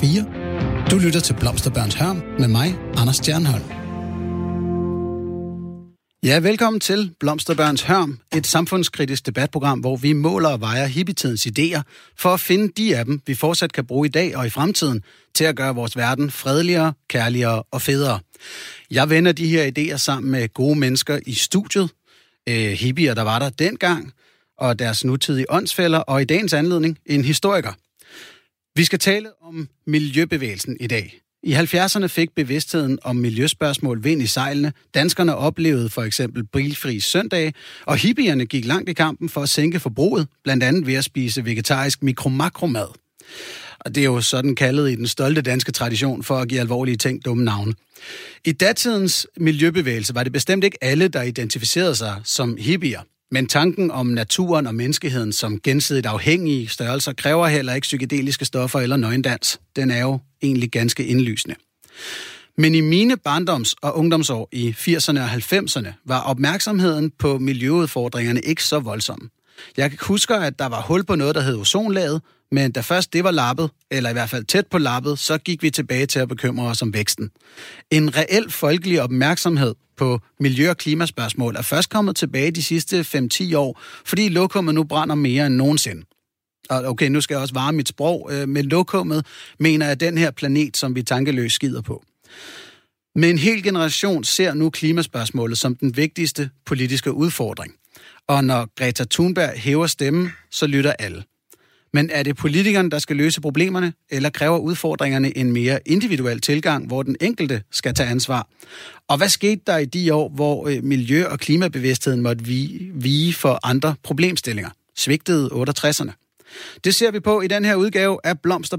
4. Du lytter til Blomsterbørns Hørm med mig, Anders Stjernholm. Ja, velkommen til Blomsterbørns Hørm, et samfundskritisk debatprogram, hvor vi måler og vejer hippietidens idéer for at finde de af dem, vi fortsat kan bruge i dag og i fremtiden til at gøre vores verden fredeligere, kærligere og federe. Jeg vender de her idéer sammen med gode mennesker i studiet, hippier, der var der dengang, og deres nutidige åndsfæller, og i dagens anledning en historiker. Vi skal tale om miljøbevægelsen i dag. I 70'erne fik bevidstheden om miljøspørgsmål vind i sejlene. Danskerne oplevede for eksempel bilfri søndage, og hippierne gik langt i kampen for at sænke forbruget, blandt andet ved at spise vegetarisk mikro-makromad. Og det er jo sådan kaldet i den stolte danske tradition for at give alvorlige ting dumme navne. I datidens miljøbevægelse var det bestemt ikke alle, der identificerede sig som hippier. Men tanken om naturen og menneskeheden som gensidigt afhængige størrelser kræver heller ikke psykedeliske stoffer eller nøgendans. Den er jo egentlig ganske indlysende. Men i mine barndoms- og ungdomsår i 80'erne og 90'erne var opmærksomheden på miljøudfordringerne ikke så voldsom. Jeg husker, at der var hul på noget, der hed ozonlaget, men da først det var lappet, eller i hvert fald tæt på lappet, så gik vi tilbage til at bekymre os om væksten. En reel folkelig opmærksomhed på miljø- og klimaspørgsmål er først kommet tilbage de sidste 5-10 år, fordi lokummet nu brænder mere end nogensinde. Og okay, nu skal jeg også vare mit sprog. Med lokummet mener jeg den her planet, som vi tankeløst skider på. Men en hel generation ser nu klimaspørgsmålet som den vigtigste politiske udfordring. Og når Greta Thunberg hæver stemmen, så lytter alle. Men er det politikerne, der skal løse problemerne, eller kræver udfordringerne en mere individuel tilgang, hvor den enkelte skal tage ansvar? Og hvad skete der i de år, hvor miljø- og klimabevidstheden måtte vige for andre problemstillinger? Svigtede 68'erne. Det ser vi på i den her udgave af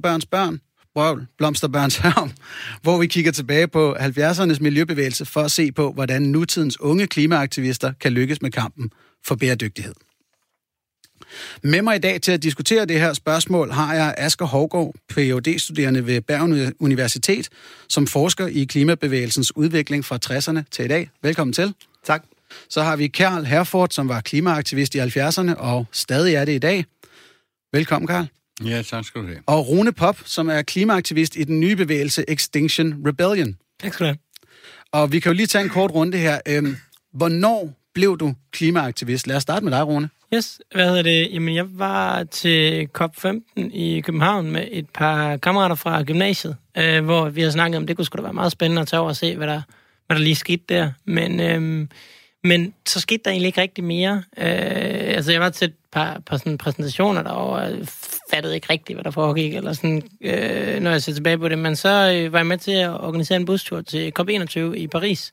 Blomsterbørns Hørm, hvor vi kigger tilbage på 70'ernes miljøbevægelse for at se på, hvordan nutidens unge klimaaktivister kan lykkes med kampen for bæredygtighed. Med mig i dag til at diskutere det her spørgsmål har jeg Asger Hougaard, Ph.D.-studerende ved Bergen Universitet, som forsker i klimabevægelsens udvikling fra 60'erne til i dag. Velkommen til. Tak. Så har vi Karl Herford, som var klimaaktivist i 70'erne og stadig er det i dag. Velkommen, Karl. Ja, tak skal du have. Og Rune Popp, som er klimaaktivist i den nye bevægelse Extinction Rebellion. Tak skal du have. Og vi kan jo lige tage en kort runde her. Hvornår blev du klimaaktivist? Lad os starte med dig, Rune. Yes, Jamen, jeg var til COP15 i København med et par kammerater fra gymnasiet, hvor vi har snakket om, det kunne sgu da være meget spændende at tage over og se, hvad der lige skete der. Men så skete der egentlig ikke rigtig mere. Jeg var til et par sådan præsentationer derovre, og fattede ikke rigtigt, hvad der foregik, eller sådan, når jeg ser tilbage på det. Men så var jeg med til at organisere en bustur til COP21 i Paris.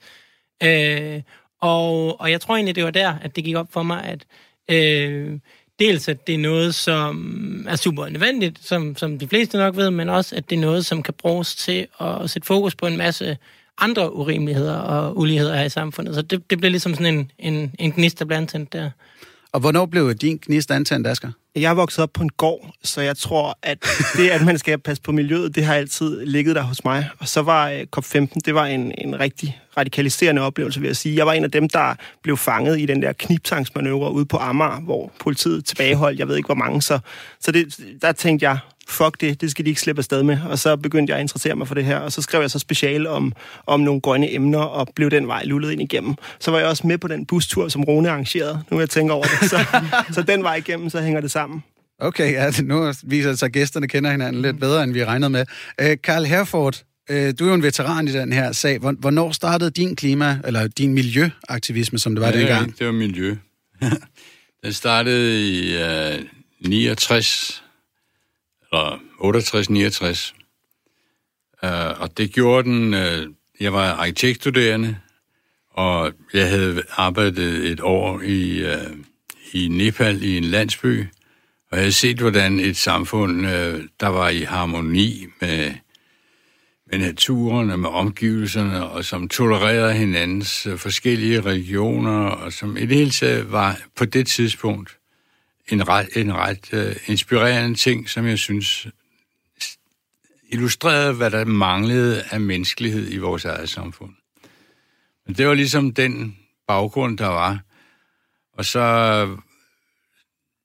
Og jeg tror egentlig, det var der, at det gik op for mig, at dels at det er noget, som er super nødvendigt, som de fleste nok ved, men også, at det er noget, som kan bruges til at sætte fokus på en masse andre urimeligheder og uligheder her i samfundet. Så det blev ligesom sådan en gnist, der blev antændt der. Og hvornår blev din gnist antændt, Asger? Jeg er vokset op på en gård, så jeg tror, at det, at man skal passe på miljøet, det har altid ligget der hos mig. Og så var COP15, det var en rigtig radikaliserende oplevelse, vil jeg sige. Jeg var en af dem, der blev fanget i den der knibtangsmanøvre ude på Amager, hvor politiet tilbageholdt, jeg ved ikke hvor mange. Så der tænkte jeg, fuck det skal de ikke slippe afsted med. Og så begyndte jeg at interessere mig for det her, og så skrev jeg så speciale om nogle grønne emner, og blev den vej lullet ind igennem. Så var jeg også med på den bustur, som Rune arrangerede. Nu jeg tænker over det. Så den vej igennem, så hænger det sammen. Okay, ja, nu viser det sig, at gæsterne kender hinanden lidt bedre, end vi regnede med. Karl Herford, du er jo en veteran i den her sag. Hvornår startede din din miljøaktivisme, som det var dengang? Det var miljø. Den startede i 69, eller 68-69. Og det gjorde den... Jeg var arkitektstuderende, og jeg havde arbejdet et år i Nepal, i en landsby, og jeg havde set, hvordan et samfund, der var i harmoni med naturen og med omgivelserne, og som tolererede hinandens forskellige religioner, og som i det hele taget var på det tidspunkt en ret inspirerende ting, som jeg synes illustrerede, hvad der manglede af menneskelighed i vores eget samfund. Men det var ligesom den baggrund, der var. Og så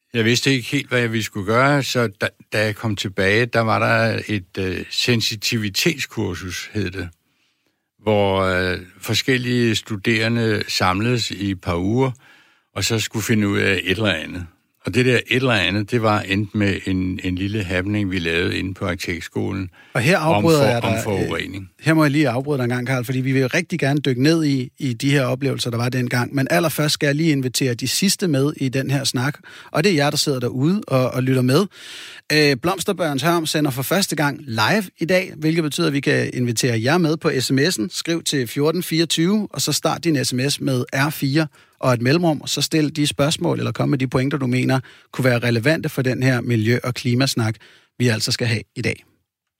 Jeg vidste ikke helt, hvad vi skulle gøre, så da jeg kom tilbage, der var der et sensitivitetskursus, hed det, hvor forskellige studerende samledes i et par uger, og så skulle finde ud af et eller andet. Og det der et eller andet, det var endt med en lille happening, vi lavede inde på arkitektskolen. Og her afbryder jeg dig. Om forurening. Her må jeg lige afbryde dig en gang, Karl, fordi vi vil rigtig gerne dykke ned i de her oplevelser, der var dengang. Men allerførst skal jeg lige invitere de sidste med i den her snak. Og det er jer, der sidder derude og lytter med. Blomsterbørns Hørm sender for første gang live i dag, hvilket betyder, at vi kan invitere jer med på sms'en. Skriv til 1424, og så start din sms med R4 og et mellemrum, og så stil de spørgsmål, eller kom med de pointer, du mener, kunne være relevante for den her miljø- og klimasnak, vi altså skal have i dag.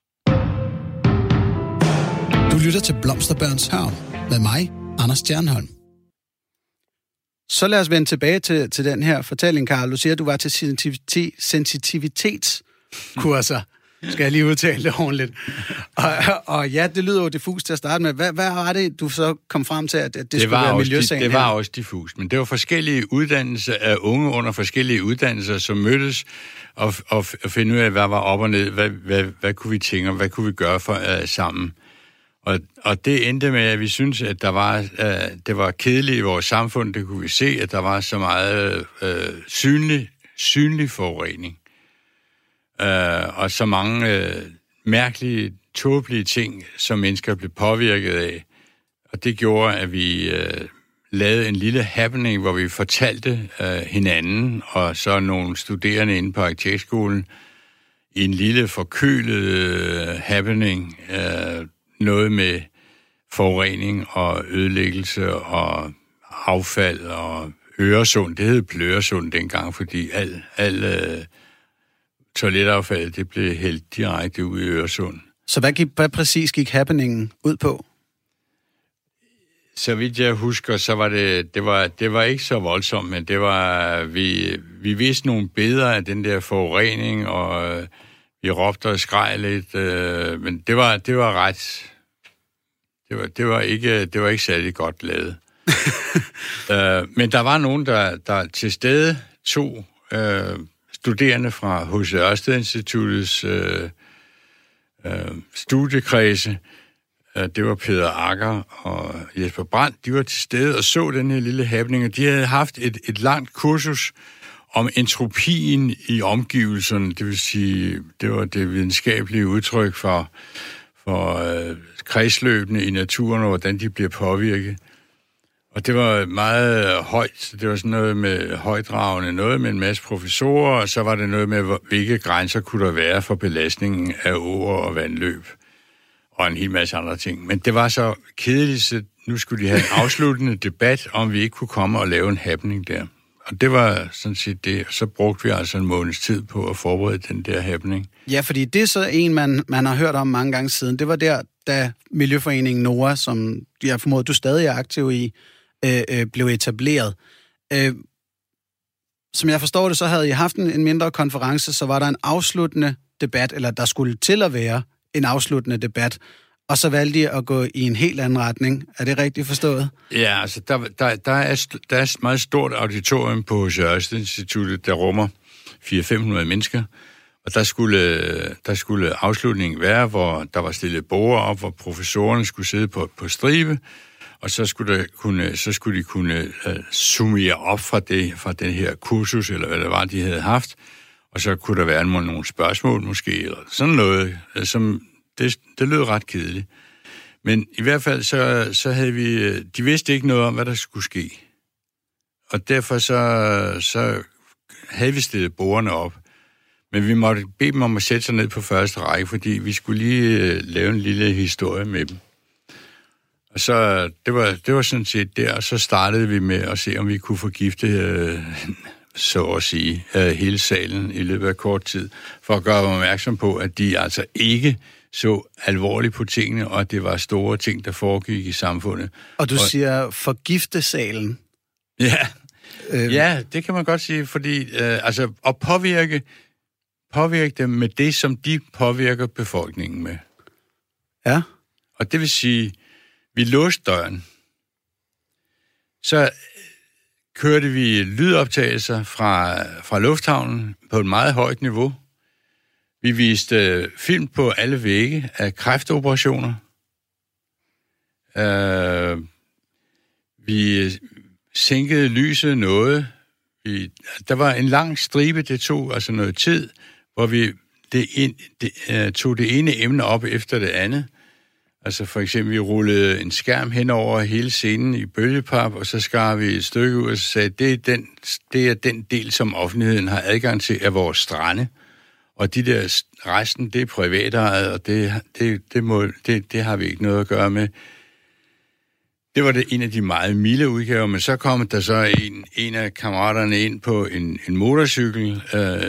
Du lytter til Blomsterbørns Hørm med mig, Anders Stjernholm. Så lad os vende tilbage til den her fortælling, Karl. Du siger, at du var til sensitivitetskurser. Skal jeg lige udtale det ordentligt? Og ja, det lyder jo diffust til at starte med. Hvad var det, du så kom frem til, at det skulle være miljøsagen? Det var også diffust, men det var forskellige uddannelser af unge under forskellige uddannelser, som mødtes og finde ud af, hvad var op og ned, hvad kunne vi tænke, og hvad kunne vi gøre for sammen. Og det endte med, at vi synes, at det var kedeligt i vores samfund. Det kunne vi se, at der var så meget synlig forurening. Og så mange mærkelige, tåbelige ting, som mennesker blev påvirket af. Og det gjorde, at vi lavede en lille happening, hvor vi fortalte hinanden, og så nogle studerende inde på arkitektskolen, i en lille forkølet happening, noget med forurening og ødelæggelse og affald og Øresund. Det hed Pløresund dengang, fordi al toiletaffald, det blev hældt direkte ud i Øresund. Så hvad præcis gik happeningen ud på? Så vidt jeg husker, så var det var ikke så voldsomt, men det var, vi vidste nogle billeder af den der forurening, og vi råbte og skreg lidt, men det var ret, det var ikke særlig godt lavet. Men der var nogen, der til stede tog studerende fra H.C. Ørsted Instituttets studiekredse. Det var Peter Akker og Jesper Brandt. De var til stede og så den her lille happening, og de havde haft et langt kursus om entropien i omgivelserne. Det vil sige, det var det videnskabelige udtryk for kredsløbene i naturen, og hvordan de bliver påvirket. Og det var meget højt. Det var sådan noget med højdragende, noget med en masse professorer, og så var det noget med, hvilke grænser kunne der være for belastningen af åer og vandløb, og en hel masse andre ting. Men det var så kedeligt, så nu skulle de have en afsluttende debat, om vi ikke kunne komme og lave en happening der. Og det var sådan set det. Så brugte vi altså en måneds tid på at forberede den der happening. Ja, fordi det er så en, man har hørt om mange gange siden. Det var der, da Miljøforeningen NOAH, som jeg formoder, du stadig er aktiv i, blev etableret. Som jeg forstår det, så havde I haft en mindre konference, så var der en afsluttende debat, eller der skulle til at være en afsluttende debat, og så valgte I at gå i en helt anden retning. Er det rigtigt forstået? Ja, altså der er et meget stort auditorium på H.C. Ørsted Instituttet, der rummer 400-500 mennesker, og der skulle afslutningen være, hvor der var stillet borde op, hvor professorerne skulle sidde på stribe, og så skulle de kunne summere op fra den her kursus, eller hvad det var, de havde haft, og så kunne der være nogle spørgsmål måske, eller sådan noget, som det lød ret kedeligt. Men i hvert fald så havde vi, de vidste ikke noget om, hvad der skulle ske. Og derfor så havde vi stillet bordene op. Men vi måtte bede dem om at sætte sig ned på første række, fordi vi skulle lige lave en lille historie med dem. Og så, det var sådan set der, og så startede vi med at se, om vi kunne forgifte, så at sige, hele salen i løbet af kort tid, for at gøre dem opmærksom på, at de altså ikke så alvorligt på tingene, og at det var store ting, der foregik i samfundet. Og du siger forgifte salen? Ja, ja, det kan man godt sige, fordi at påvirke dem med det, som de påvirker befolkningen med. Ja. Og det vil sige, vi låste døren. Så kørte vi lydoptagelser fra lufthavnen på et meget højt niveau. Vi viste film på alle vægge af kræftoperationer. Vi sænkede lyset noget. Der var en lang stribe, det tog altså noget tid, hvor vi tog det ene emne op efter det andet. Altså for eksempel, vi rullede en skærm hen over hele scenen i bølgepap, og så skar vi et stykke ud og sagde, det er den del, som offentligheden har adgang til af vores strande. Og de der resten, det er privatejet, og det har vi ikke noget at gøre med. Det var en af de meget milde udgaver, men så kom der så en af kammeraterne ind på en motorcykel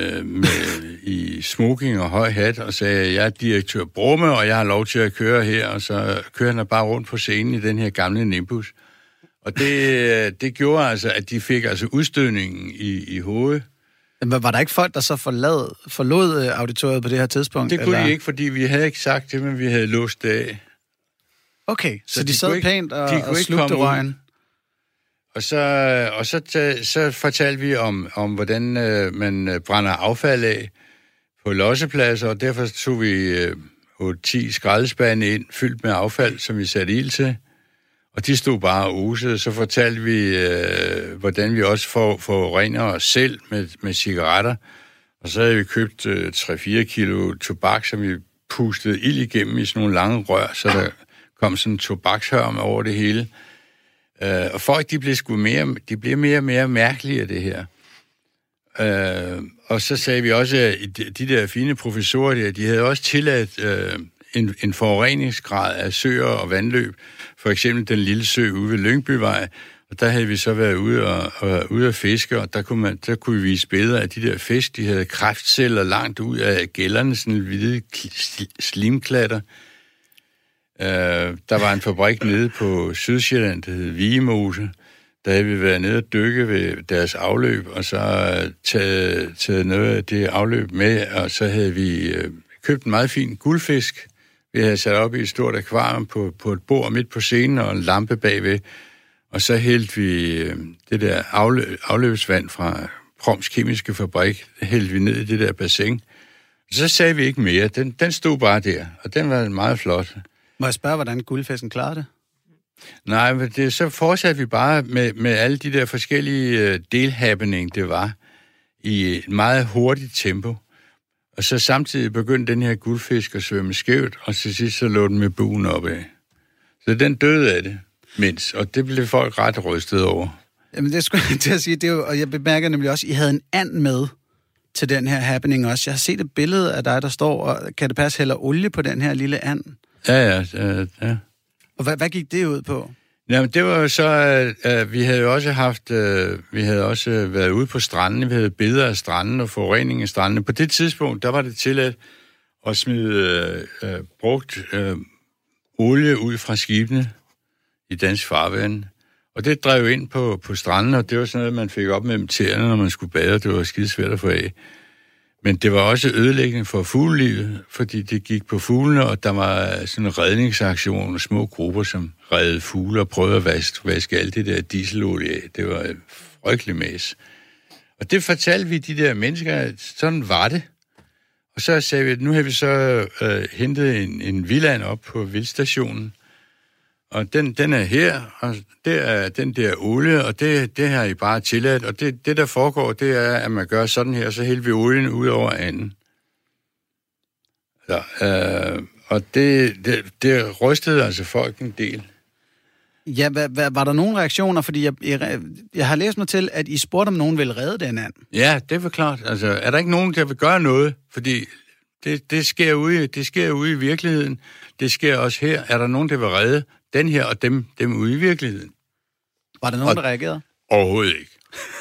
i smoking og høj hat, og sagde, jeg er direktør Brumme, og jeg har lov til at køre her, og så kører han bare rundt på scenen i den her gamle Nimbus. Og det gjorde altså, at de fik altså udstødningen i hovedet. Men var der ikke folk, der så forlod auditoriet på det her tidspunkt? Det kunne de ikke, fordi vi havde ikke sagt det, men vi havde låst det af. Okay, så de sad pænt og slugte røgen. Og så fortalte vi om hvordan man brænder affald af på lossepladser, og derfor tog vi 10 skraldespande ind, fyldt med affald, som vi satte ild til. Og de stod bare og osede. Så fortalte vi, hvordan vi også forurener os selv med cigaretter. Og så havde vi købt 3-4 kilo tobak, som vi pustede ild igennem i sådan nogle lange rør, så der kom sådan en tobakshørm over det hele. Og folk, de bliver mere og mere mærkelige af det her. Og så sagde vi også, at de der fine professorer, de havde også tilladt en forureningsgrad af søer og vandløb. For eksempel den lille sø ude ved Lyngbyvej. Og der havde vi så været ude at fiske, og der kunne vi vise billeder af de der fisk. De havde kræftceller langt ud af gælderne, sådan hvide slimklatter. Der var en fabrik nede på Sydsjælland, der hed Vigemose. Der havde vi været nede og dykke ved deres afløb, og så taget noget af det afløb med, og så havde vi købt en meget fin guldfisk. Vi havde sat op i et stort akvarium på et bord midt på scenen og en lampe bagved, og så hældte vi det der afløbsvand fra Proms Kemiske Fabrik, hældte vi ned i det der bassin. Så sagde vi ikke mere. Den stod bare der, og den var meget flot. Må jeg spørge, hvordan guldfisken klarede det? Nej, men så fortsatte vi bare med alle de der forskellige delhappening, det var, i et meget hurtigt tempo. Og så samtidig begyndte den her guldfisk at svømme skævt, og til sidst så lå den med buen opad. Så den døde af det, og det blev folk ret rystet over. Jamen det skulle jeg til at sige, det er jo, og jeg bemærker nemlig også, at I havde en and med til den her happening også. Jeg har set et billede af dig, der står, og kan det passe, hælder olie på den her lille and? Ja. Og hvad gik det ud på? Jamen, det var jo så, at vi havde også været ude på stranden, vi havde billeder af stranden og forurening af stranden. På det tidspunkt, der var det tilladt at smide brugt olie ud fra skibene i dansk farvand. Og det drev ind på stranden, og det var sådan noget, man fik op mellem tæerne, når man skulle bade, og det var skidesvært at få af. Men det var også ødelæggende for fuglelivet, fordi det gik på fuglene, og der var sådan en redningsaktion og små grupper, som reddede fugle og prøvede at vaske alt det der dieselolie af. Det var en frygtelig mæs. Og det fortalte vi de der mennesker, at sådan var det. Og så sagde vi, at nu har vi så hentet en villaen op på vildstationen, og den er her, og det er den der olie, og det har I bare tilladt. Og det der foregår, det er, at man gør sådan her, og så hælder vi olien ud over anden. Så, og det rystede altså folk en del. Ja, var der nogen reaktioner? Fordi jeg har læst mig til, at I spurgte, om nogen ville redde den and. Ja, det var klart. Altså, er der ikke nogen, der vil gøre noget? Fordi det sker ude i virkeligheden. Det sker også her. Er der nogen, der vil redde den her og dem ude i virkeligheden? Var der nogen, der reagerede? Overhovedet ikke.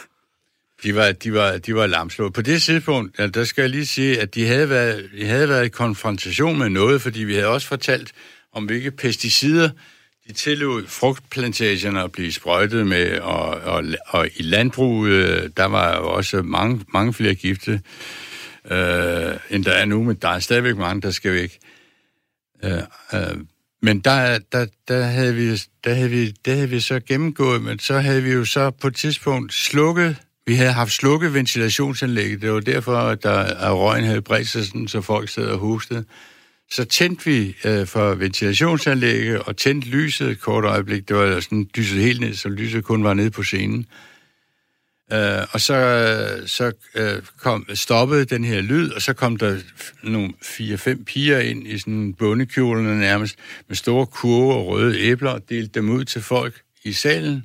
De var lamslået. På det tidspunkt, der skal jeg lige sige, at de havde været i konfrontation med noget, fordi vi havde også fortalt om, hvilke pesticider de tillod frugtplantagerne at blive sprøjtet med, og i landbruget, der var jo også mange flere gifte, end der er nu, men der er stadigvæk mange, der skal væk. Men der havde vi så gennemgået, men så havde vi jo så på et tidspunkt slukket. Vi havde haft slukket ventilationsanlægget. Det var derfor, at røgen havde bredt sig sådan, så folk sad og hostede. Så tændte vi for ventilationsanlægget og tændte lyset et kort øjeblik. Det var sådan dyset helt ned, så lyset kun var nede på scenen. Og så stoppede den her lyd, og så kom der nogle 4-5 piger ind i sådan bondekjolerne nærmest, med store kurve og røde æbler, og delte dem ud til folk i salen,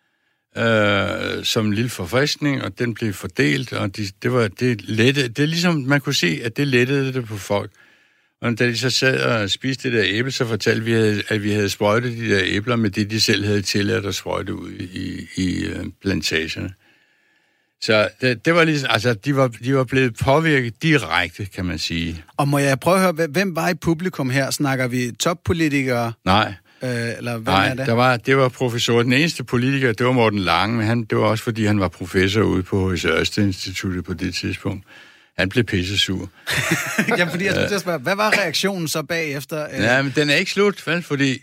som en lille forfriskning, og den blev fordelt, og det lettede. Det er ligesom, man kunne se, at det lettede det på folk. Og da de så sad og spiste det der æble, så fortalte vi, at vi havde sprøjtet de der æbler med det, de selv havde tilladt at sprøjte ud i plantagerne. Så det var ligesom, altså, de var blevet påvirket direkte, kan man sige. Og må jeg prøve at høre, hvem var i publikum her? Snakker vi toppolitikere? Nej. Eller hvem er det? Det var professor. Den eneste politiker, det var Morten Lange, men det var også, fordi han var professor ude på H.C. Ørsted-instituttet på det tidspunkt. Han blev pissesur. Ja, fordi jeg skulle til at spørge, hvad var reaktionen så bagefter? Ja, men den er ikke slut, vel? Fordi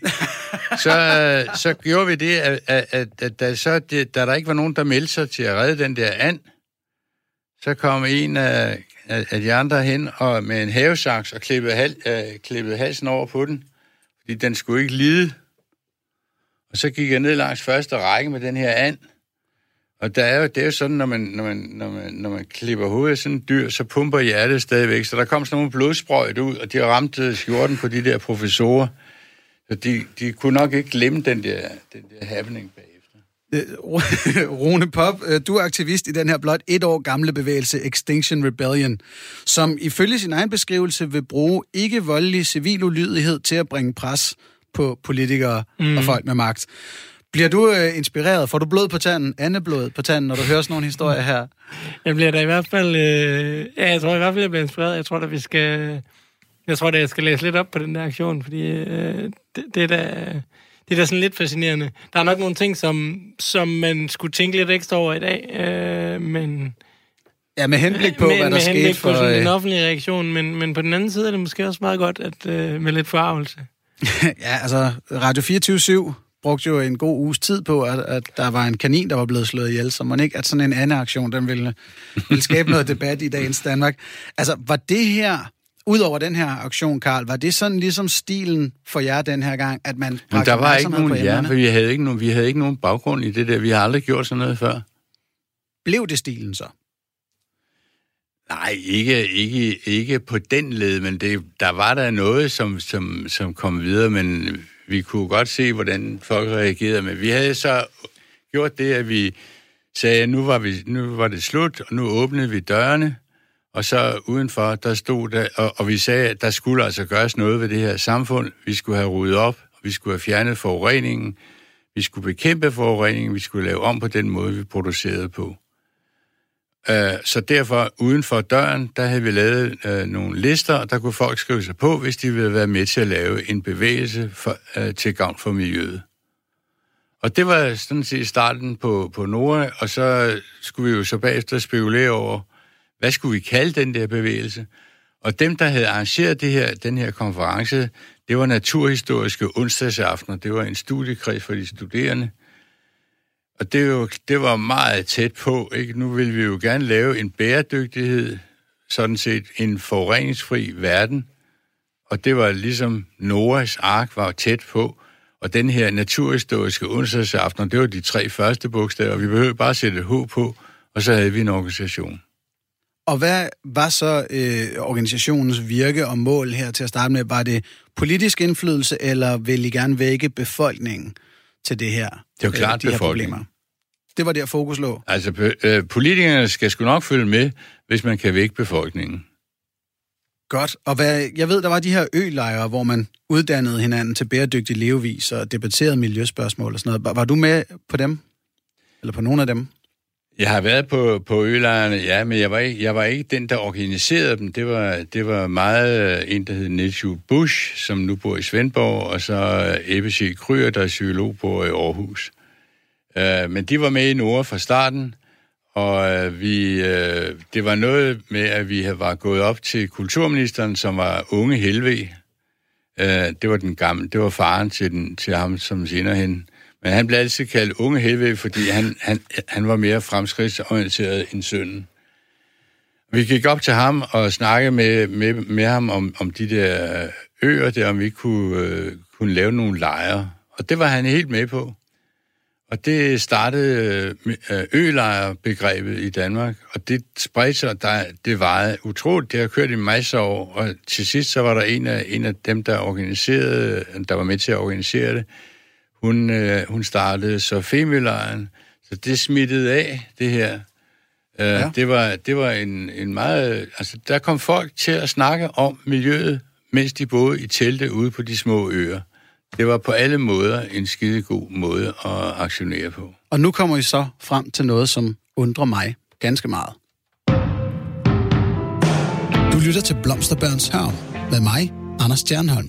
så gjorde vi det, at da der ikke var nogen, der meldte sig til at redde den der and, så kom en af de andre hen og med en havesaks og klippede halsen over på den, fordi den skulle ikke lide. Og så gik jeg ned langs første række med den her and. Og det er jo sådan, når man klipper hovedet af sådan en dyr, så pumper hjertet stadigvæk. Så der kom sådan nogle blodsprøjt ud, og de har ramt skjorten på de der professorer. Så de kunne nok ikke glemme den der happening bagefter. Rune Popp, du er aktivist i den her blot 1 år gamle bevægelse Extinction Rebellion, som ifølge sin egen beskrivelse vil bruge ikke-voldelig civil ulydighed til at bringe pres på politikere og folk med magt. Bliver du inspireret? Får du blod på tanden, andeblod på tanden, når du hører sådan nogle historier her? Jeg bliver da i hvert fald... jeg tror i hvert fald, jeg bliver inspireret. Jeg tror, at jeg skal læse lidt op på den der aktion, fordi det er da sådan lidt fascinerende. Der er nok nogle ting, som man skulle tænke lidt ekstra over i dag, men... Ja, med henblik på, hvad der skete for... Med henblik på sådan en offentlig reaktion, men på den anden side er det måske også meget godt, at med lidt forarvelse. Ja, altså Radio 24/7 brugte jo en god uges tid på, at der var en kanin, der var blevet slået ihjel, så man ikke, at sådan en anden aktion, den ville skabe noget debat i dagens Danmark. Altså, var det her, udover den her aktion, Karl, var det sådan ligesom stilen for jer den her gang, at man... Men der var ikke nogen, for vi havde ikke nogen baggrund i det der. Vi har aldrig gjort sådan noget før. Blev det stilen så? Nej, ikke på den led, men der var der noget, som kom videre, men vi kunne godt se, hvordan folk reagerede. Men vi havde så gjort det, at vi sagde, at nu var det slut, og nu åbnede vi dørene, og så udenfor, der stod der, og vi sagde, at der skulle altså gøres noget ved det her samfund. Vi skulle have ryddet op, vi skulle have fjernet forureningen, vi skulle bekæmpe forureningen, vi skulle lave om på den måde, vi producerede på. Så derfor, uden for døren, der havde vi lavet nogle lister, og der kunne folk skrive sig på, hvis de ville være med til at lave en bevægelse til gavn for miljøet. Og det var sådan set starten på Nora, og så skulle vi jo så bagefter spekulere over, hvad skulle vi kalde den der bevægelse? Og dem, der havde arrangeret den her konference, det var naturhistoriske onsdagsaftener. Det var en studiekreds for de studerende. Og det var meget tæt på, ikke? Nu vil vi jo gerne lave en bæredygtighed, sådan set en forureningsfri verden. Og det var ligesom Noahs ark var tæt på. Og den her naturhistoriske onsdagsaften, det var de 3 første bogstaver. Vi behøvede bare sætte et H på, og så havde vi en organisation. Og hvad var så organisationens virke og mål her til at starte med? Var det politisk indflydelse, eller vil I gerne vække befolkningen til det her? Det var klart befolkningen. Det var der fokus lå. Altså, politikerne skal sgu nok følge med, hvis man kan vække befolkningen. Godt. Og jeg ved, der var de her ø-lejre, hvor man uddannede hinanden til bæredygtig levevis og debatterede miljøspørgsmål og sådan noget. Var du med på dem? Eller på nogle af dem? Jeg har været på ø-lejrene, ja, men jeg var ikke den, der organiserede dem. Det var meget en, der hed Niels Busch, som nu bor i Svendborg, og så Ebbe C. Kryer, der er psykolog, bor i Aarhus. Men de var med i Nora fra starten, og det var noget med, at vi var gået op til kulturministeren, som var unge Helve, Det var den gamle, det var faren til ham, som senere hen. Men han blev altid kaldt unge helvede, fordi han var mere fremskridtsorienteret end sønnen. Vi gik op til ham og snakkede med ham om de der øer, der om vi kunne lave nogle lejre. Og det var han helt med på. Og det startede ølejrebegrebet i Danmark, og det spredte sig, det varede utroligt. Det har kørt i masser af år, og til sidst så var der en af dem, der var med til at organisere det. Hun startede så Femølejren, så det smittede af, det her. Ja. Det var en meget... Altså, der kom folk til at snakke om miljøet, mens de boede i telte ude på de små øer. Det var på alle måder en skidegod måde at aktionere på. Og nu kommer vi så frem til noget, som undrer mig ganske meget. Du lytter til Blomsterbørns Hørm med mig, Anders Stjernholm.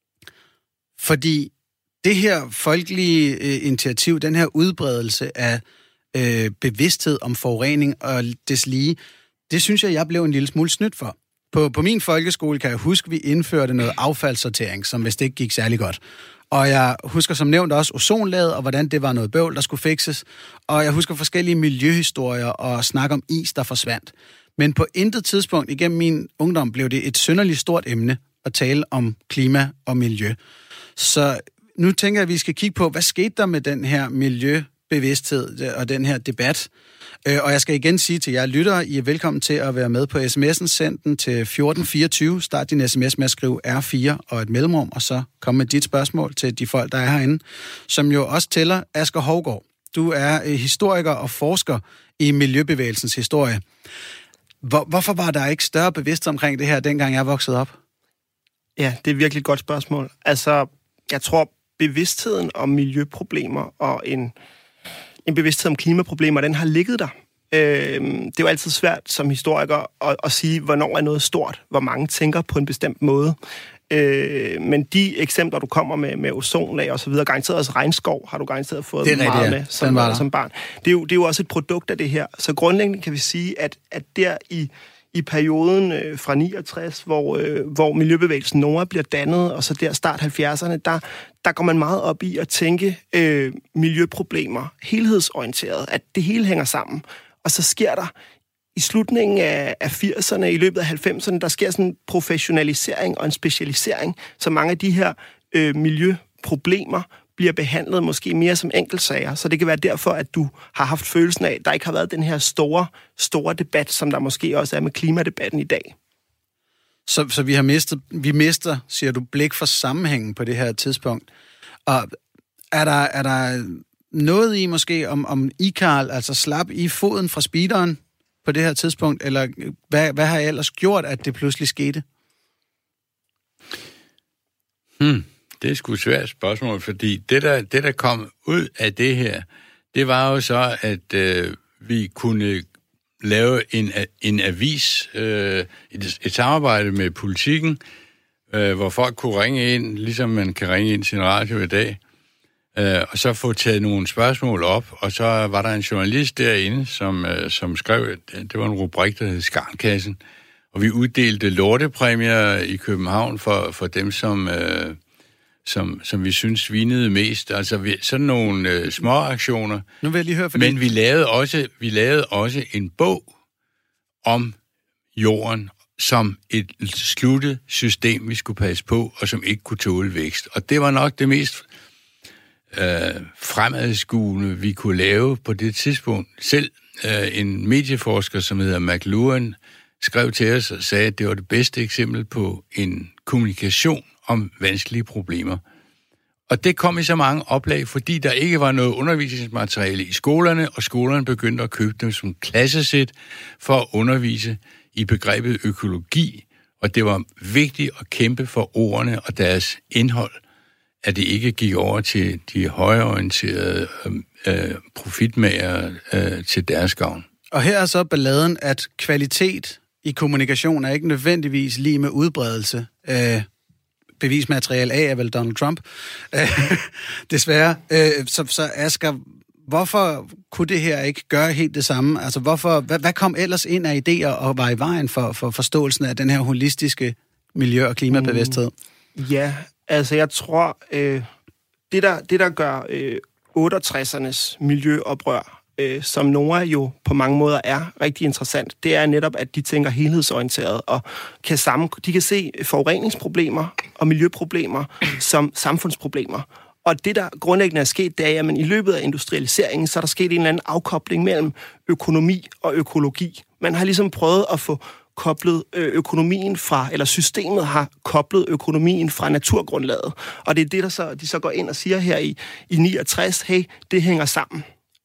Fordi det her folkelige initiativ, den her udbredelse af bevidsthed om forurening og deslige, det synes jeg blev en lille smule snydt for. På min folkeskole kan jeg huske, vi indførte noget affaldssortering, som vist ikke gik særlig godt. Og jeg husker som nævnt også ozonlaget, og hvordan det var noget bøvl, der skulle fikses. Og jeg husker forskellige miljøhistorier og snak om is, der forsvandt. Men på intet tidspunkt igennem min ungdom blev det et synderligt stort emne at tale om klima og miljø. Så nu tænker jeg, at vi skal kigge på, hvad skete der med den her miljøbevidsthed og den her debat. Og jeg skal igen sige til jer lyttere, I er velkommen til at være med på sms'en. Send den til 1424. Start din sms med at skrive R4 og et mellemrum, og så kom med dit spørgsmål til de folk, der er herinde, som jo også tæller. Asger Hovgaard, du er historiker og forsker i miljøbevægelsens historie. Hvorfor var der ikke større bevidsthed omkring det her, dengang jeg voksede op? Ja, det er virkelig et godt spørgsmål. Altså, jeg tror, bevidstheden om miljøproblemer og en bevidsthed om klimaproblemer, den har ligget der. Det er jo altid svært som historiker at sige, hvornår er noget stort, hvor mange tænker på en bestemt måde. Men de eksempler, du kommer med ozonlag og så videre, garanteret også regnskov, har du garanteret fået meget med som barn. Det er jo også et produkt af det her. Så grundlæggende kan vi sige, at der i perioden fra 69, hvor miljøbevægelsen NOA bliver dannet, og så der start 70'erne, der går man meget op i at tænke miljøproblemer helhedsorienteret, at det hele hænger sammen. Og så sker der i slutningen af 80'erne, i løbet af 90'erne, der sker sådan en professionalisering og en specialisering, så mange af de her miljøproblemer bliver behandlet måske mere som enkeltsager. Så det kan være derfor, at du har haft følelsen af, at der ikke har været den her store debat, som der måske også er med klimadebatten i dag. Så vi mister, siger du, blik for sammenhængen på det her tidspunkt. Og er der noget i måske om I, Karl, altså slap i foden fra speederen på det her tidspunkt, eller hvad har I ellers gjort, at det pludselig skete? Det er sgu et svært spørgsmål, fordi det, der kom ud af det her, det var jo så, at vi kunne lave en avis, et samarbejde med politikken, hvor folk kunne ringe ind, ligesom man kan ringe ind til en radio i dag, og så få taget nogle spørgsmål op, og så var der en journalist derinde, som skrev, det var en rubrik, der hed Skarnkassen, og vi uddelte lortepræmier i København for dem, som vi synes svinede mest. Altså sådan nogle små aktioner. Nu vil jeg lige høre for men vi lavede også en bog om jorden som et sluttet system, vi skulle passe på, og som ikke kunne tåle vækst. Og det var nok det mest fremadskuende, vi kunne lave på det tidspunkt. Selv en medieforsker, som hedder McLuhan, skrev til os og sagde, at det var det bedste eksempel på en kommunikation om vanskelige problemer. Og det kom i så mange oplag, fordi der ikke var noget undervisningsmateriale i skolerne, og skolerne begyndte at købe dem som klassesæt for at undervise i begrebet økologi, og det var vigtigt at kæmpe for ordene og deres indhold, at det ikke gik over til de højreorienterede profitmager til deres gavn. Og her er så balladen, at kvalitet i kommunikation er ikke nødvendigvis lige med udbredelse. Bevismateriale af er vel Donald Trump. Desværre. Så Asger, hvorfor kunne det her ikke gøre helt det samme? Altså, hvad kom ellers ind af idéer og var i vejen for forståelsen af den her holistiske miljø- og klimabevidsthed? Ja, altså jeg tror, det der gør 68'ernes miljøoprør, som Noah jo på mange måder er rigtig interessant, det er netop, at de tænker helhedsorienteret og de kan se forureningsproblemer og miljøproblemer som samfundsproblemer. Og det, der grundlæggende er sket, det er, at i løbet af industrialiseringen, så er der sket en eller anden afkobling mellem økonomi og økologi. Man har ligesom prøvet at få koblet økonomien fra, eller systemet har koblet økonomien fra naturgrundlaget. Og det er det, de så går ind og siger her i 69, hey, det hænger sammen.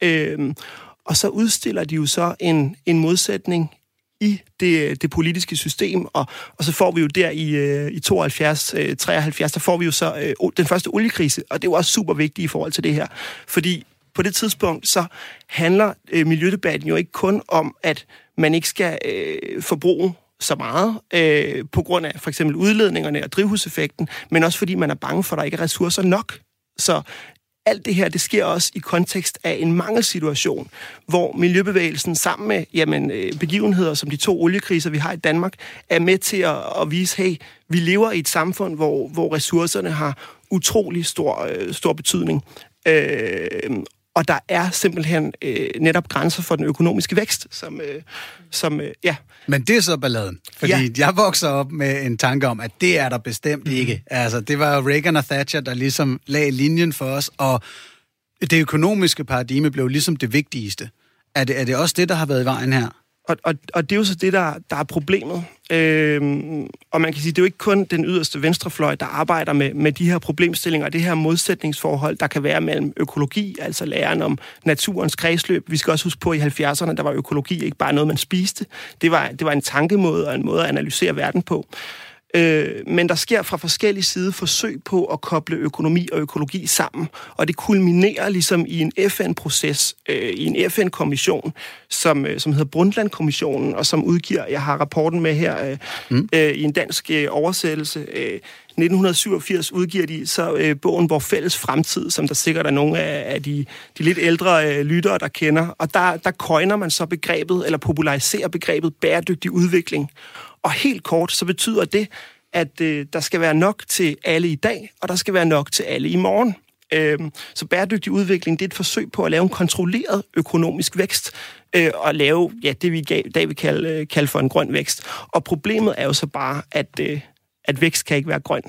Og så udstiller de jo så en modsætning i det politiske system, og så får vi jo der i 72-73, der får vi jo så den første oliekrise, og det er jo også super vigtigt i forhold til det her, fordi på det tidspunkt, så handler miljødebatten jo ikke kun om, at man ikke skal forbruge så meget på grund af for eksempel udledningerne og drivhuseffekten, men også fordi man er bange for, at der ikke er ressourcer nok. Så alt det her, det sker også i kontekst af en mangelsituation, hvor miljøbevægelsen sammen med begivenheder som de 2 oliekriser, vi har i Danmark, er med til at vise, hey, vi lever i et samfund, hvor ressourcerne har utrolig stor betydning. Og der er simpelthen netop grænser for den økonomiske vækst, som. Men det er så balladen, fordi jeg vokser op med en tanke om, at det er der bestemt ikke. Altså, det var Reagan og Thatcher, der ligesom lagde linjen for os, og det økonomiske paradigme blev ligesom det vigtigste. Er det også det, der har været i vejen her? Og det er jo så det, der er problemet. Og man kan sige, det er jo ikke kun den yderste venstrefløj, der arbejder med de her problemstillinger, og det her modsætningsforhold, der kan være mellem økologi, altså læren om naturens kredsløb. Vi skal også huske på, at i 70'erne, der var økologi ikke bare noget, man spiste. Det var en tankemåde og en måde at analysere verden på. Men der sker fra forskellige sider forsøg på at koble økonomi og økologi sammen, og det kulminerer ligesom i en FN-proces, i en FN-kommission, som hedder Brundtland-kommissionen, og som udgiver, jeg har rapporten med her, i en dansk oversættelse. 1987 udgiver de så bogen Vor Fælles Fremtid, som der sikkert er nogle af de lidt ældre lyttere, der kender, og der coiner man så begrebet, eller populariserer begrebet bæredygtig udvikling. Og helt kort, så betyder det, at der skal være nok til alle i dag, og der skal være nok til alle i morgen. Så bæredygtig udvikling, det er et forsøg på at lave en kontrolleret økonomisk vækst, og lave det, vi i dag vil kalde for en grøn vækst. Og problemet er jo så bare, at vækst kan ikke være grøn.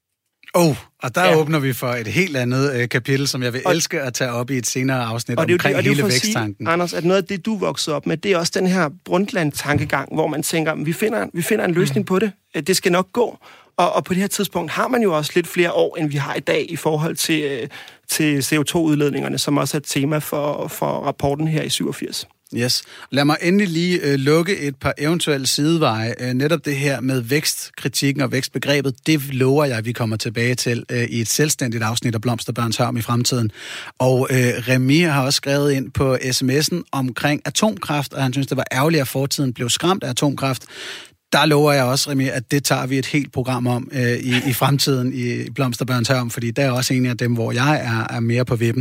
Og der åbner vi for et helt andet kapitel, som jeg vil elske at tage op i et senere afsnit omkring hele væksttanken. Sige, Anders, at noget af det, du voksede op med, det er også den her Brundtland-tankegang, hvor man tænker, vi finder en løsning på det. Det skal nok gå. Og på det her tidspunkt har man jo også lidt flere år, end vi har i dag i forhold til CO2-udledningerne, som også er et tema for rapporten her i 87. Yes. Lad mig endelig lige lukke et par eventuelle sideveje. Netop det her med vækstkritikken og vækstbegrebet, det lover jeg, at vi kommer tilbage til i et selvstændigt afsnit af Blomsterbørns Hørm i fremtiden. Og Remi har også skrevet ind på sms'en omkring atomkraft, og han synes, det var ærgerligt, at fortiden blev skræmt af atomkraft. Der lover jeg også, Remi, at det tager vi et helt program om i fremtiden i Blomsterbørns Hørm, fordi der er også en af dem, hvor jeg er mere på vippen.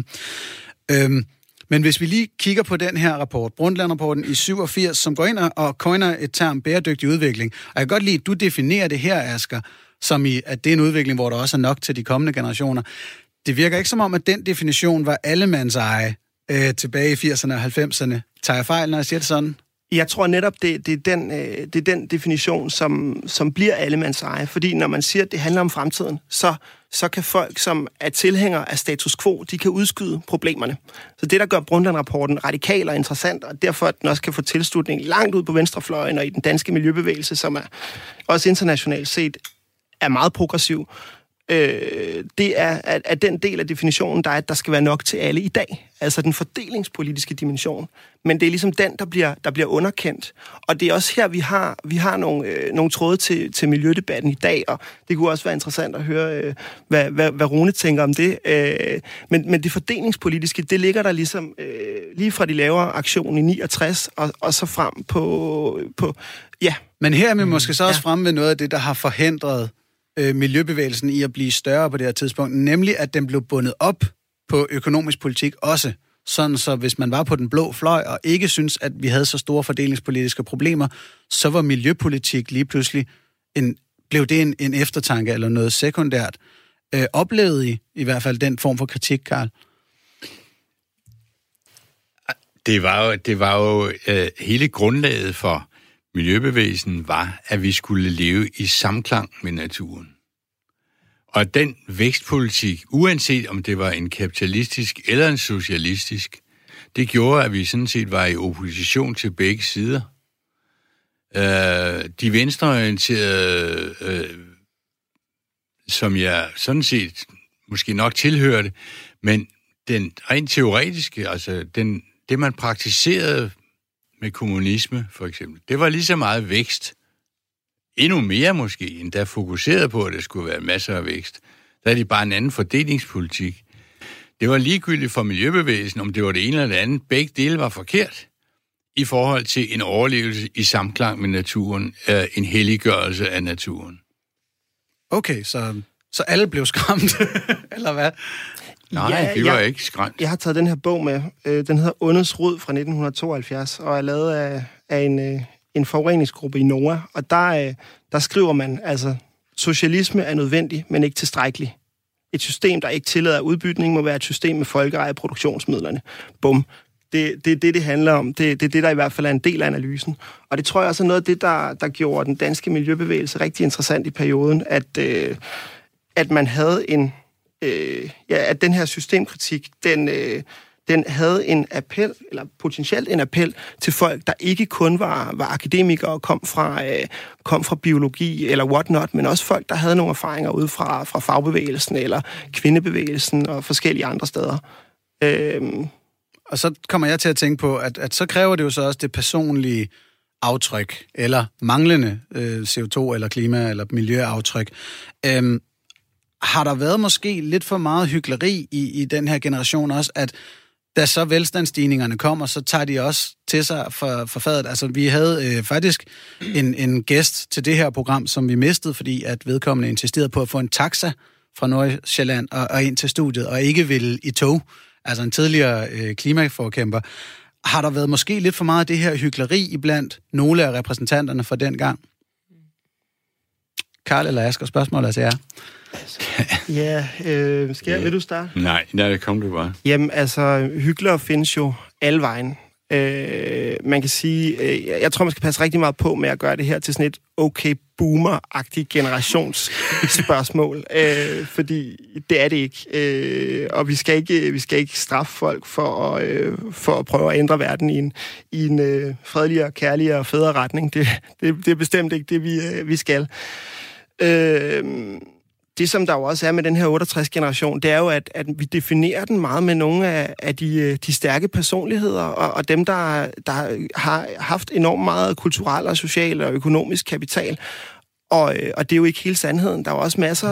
Men hvis vi lige kigger på den her rapport, Brundtland-rapporten i 87, som går ind og coiner et term bæredygtig udvikling, og jeg kan godt lide, at du definerer det her, Asger, som i, at det er en udvikling, hvor der også er nok til de kommende generationer. Det virker ikke som om, at den definition var allemands eje tilbage i 80'erne og 90'erne. Tager jeg fejl, når jeg siger det sådan? Jeg tror netop, det er den definition, som bliver allemands eje. Fordi når man siger, at det handler om fremtiden, så kan folk, som er tilhængere af status quo, de kan udskyde problemerne. Så det, der gør Brundtland-rapporten radikal og interessant, og derfor at den også kan få tilslutning langt ud på venstrefløjen og i den danske miljøbevægelse, som er også internationalt set er meget progressiv, det er at den del af definitionen, der er, at der skal være nok til alle i dag. Altså den fordelingspolitiske dimension. Men det er ligesom den, der bliver underkendt. Og det er også her, vi har nogle tråde til miljødebatten i dag, og det kunne også være interessant at høre, hvad Rune tænker om det. Men det fordelingspolitiske, det ligger der ligesom lige fra de laver aktion i 69, og så frem på ja. Men her er vi måske så også fremme ved noget af det, der har forhindret miljøbevægelsen i at blive større på det her tidspunkt, nemlig at den blev bundet op på økonomisk politik også. Sådan så hvis man var på den blå fløj og ikke synes, at vi havde så store fordelingspolitiske problemer, så var miljøpolitik lige pludselig en blev det en eftertanke eller noget sekundært. Oplevede I hvert fald den form for kritik, Karl? Det var jo hele grundlaget for miljøbevægelsen var, at vi skulle leve i samklang med naturen. Og den vækstpolitik, uanset om det var en kapitalistisk eller en socialistisk, det gjorde, at vi sådan set var i opposition til begge sider. De venstreorienterede, som jeg sådan set måske nok tilhørte, men den rent teoretiske, altså det man praktiserede med kommunisme for eksempel, det var lige så meget vækst. Endnu mere måske, end der fokuserede på, at der skulle være masser af vækst. Der er det bare en anden fordelingspolitik. Det var ligegyldigt for miljøbevægelsen, om det var det ene eller det andet. Begge dele var forkert i forhold til en overlevelse i samklang med naturen, en helliggørelse af naturen. Okay, så alle blev skræmt, eller hvad? Nej, vi var ikke skræmt. Jeg har taget den her bog med. Den hedder Ondets Rod fra 1972, og er lavet af en forureningsgruppe i NOAH. Og der skriver man, altså, socialisme er nødvendig, men ikke tilstrækkelig. Et system, der ikke tillader udbytning, må være et system med folkeeje produktionsmidlerne. Bum. Det handler om. Det er det, der i hvert fald er en del af analysen. Og det tror jeg også er noget af det, der gjorde den danske miljøbevægelse rigtig interessant i perioden, at man havde at den her systemkritik, den havde en appel, eller potentielt en appel til folk, der ikke kun var akademikere og kom fra biologi eller whatnot, men også folk, der havde nogle erfaringer ude fra fagbevægelsen eller kvindebevægelsen og forskellige andre steder. Og så kommer jeg til at tænke på, at så kræver det jo så også det personlige aftryk, eller manglende CO2 eller klima- eller miljøaftryk. Har der været måske lidt for meget hykleri i den her generation også, at da så velstandsstigningerne kommer, så tager de også til sig for fadet? Altså, vi havde faktisk en gæst til det her program, som vi mistede, fordi at vedkommende insisterede på at få en taxa fra Nordsjælland og ind til studiet, og ikke ville i tog. Altså en tidligere klimaforkæmper. Har der været måske lidt for meget af det her hykleri iblandt nogle af repræsentanterne fra den gang? Karl eller Asger, spørgsmålet er til jer. Ja, vil du starte? Nej, det kom du bare. Jamen, altså, hyklere findes jo alle vejen. Man kan sige, jeg tror, man skal passe rigtig meget på med at gøre det her til sådan et okay boomer-agtigt generationsspørgsmål, fordi det er det ikke. Og vi skal ikke straffe folk for at prøve at ændre verden i en fredeligere, kærligere og federe retning. Det er bestemt ikke det, vi skal. Det, som der jo også er med den her 68-generation, det er jo, at vi definerer den meget med nogle af de stærke personligheder, og dem, der har haft enormt meget kulturel og social og økonomisk kapital. Og det er jo ikke hele sandheden. Der er jo også masser,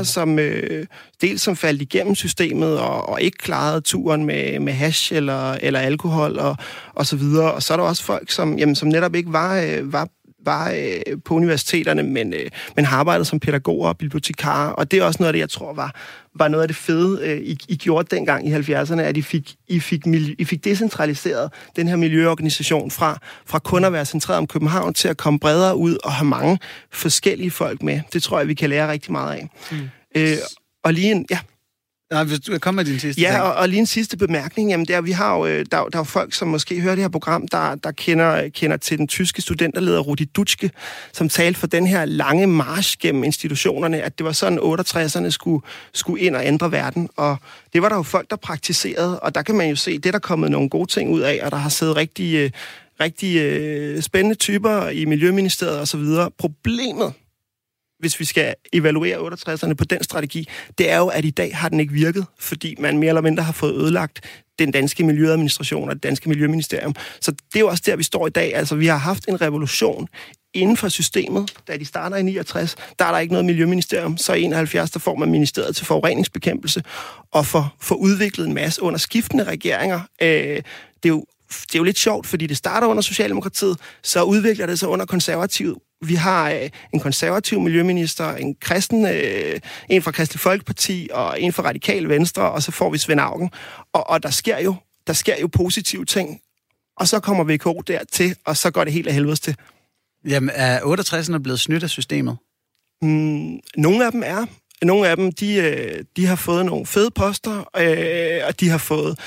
som faldt igennem systemet og ikke klarede turen med hash eller alkohol og så videre. Og så er der også folk, som netop ikke var på universiteterne, men har arbejdet som pædagoger og bibliotekarer, og det er også noget af det, jeg tror var noget af det fede, I gjorde dengang i 70'erne, at I fik decentraliseret den her miljøorganisation fra kun at være centreret om København til at komme bredere ud og have mange forskellige folk med. Det tror jeg, vi kan lære rigtig meget af. Og lige en... Ja. Nej, hvis du kommer med din sidste ting. Og lige en sidste bemærkning. Jamen, vi har jo, der er folk, som måske hører det her program, der kender til den tyske studenterleder Rudi Dutschke, som talte for den her lange march gennem institutionerne, at det var sådan, 68'erne skulle ind og ændre verden. Og det var der jo folk, der praktiserede, og der kan man jo se, det er der kommet nogle gode ting ud af, og der har siddet rigtig spændende typer i Miljøministeriet og så videre. Problemet, hvis vi skal evaluere 68'erne på den strategi, det er jo, at i dag har den ikke virket, fordi man mere eller mindre har fået ødelagt den danske miljøadministration og det danske miljøministerium. Så det er jo også der, vi står i dag. Altså, vi har haft en revolution inden for systemet. Da de starter i 69, der er der ikke noget miljøministerium. Så i 71, der får man ministeriet til forureningsbekæmpelse og for udviklet en masse under skiftende regeringer. Det er jo lidt sjovt, fordi det starter under Socialdemokratiet, så udvikler det sig under Konservative. Vi har en konservativ miljøminister, en fra Kristelig Folkeparti og en fra Radikale Venstre, og så får vi Svend Auken. Og der sker jo positive ting, og så kommer VKO dertil, og så går det helt af helvedes til. Jamen, er 68'erne blevet snydt af systemet? Nogle af dem er. Nogle af dem, de har fået nogle fede poster, og de har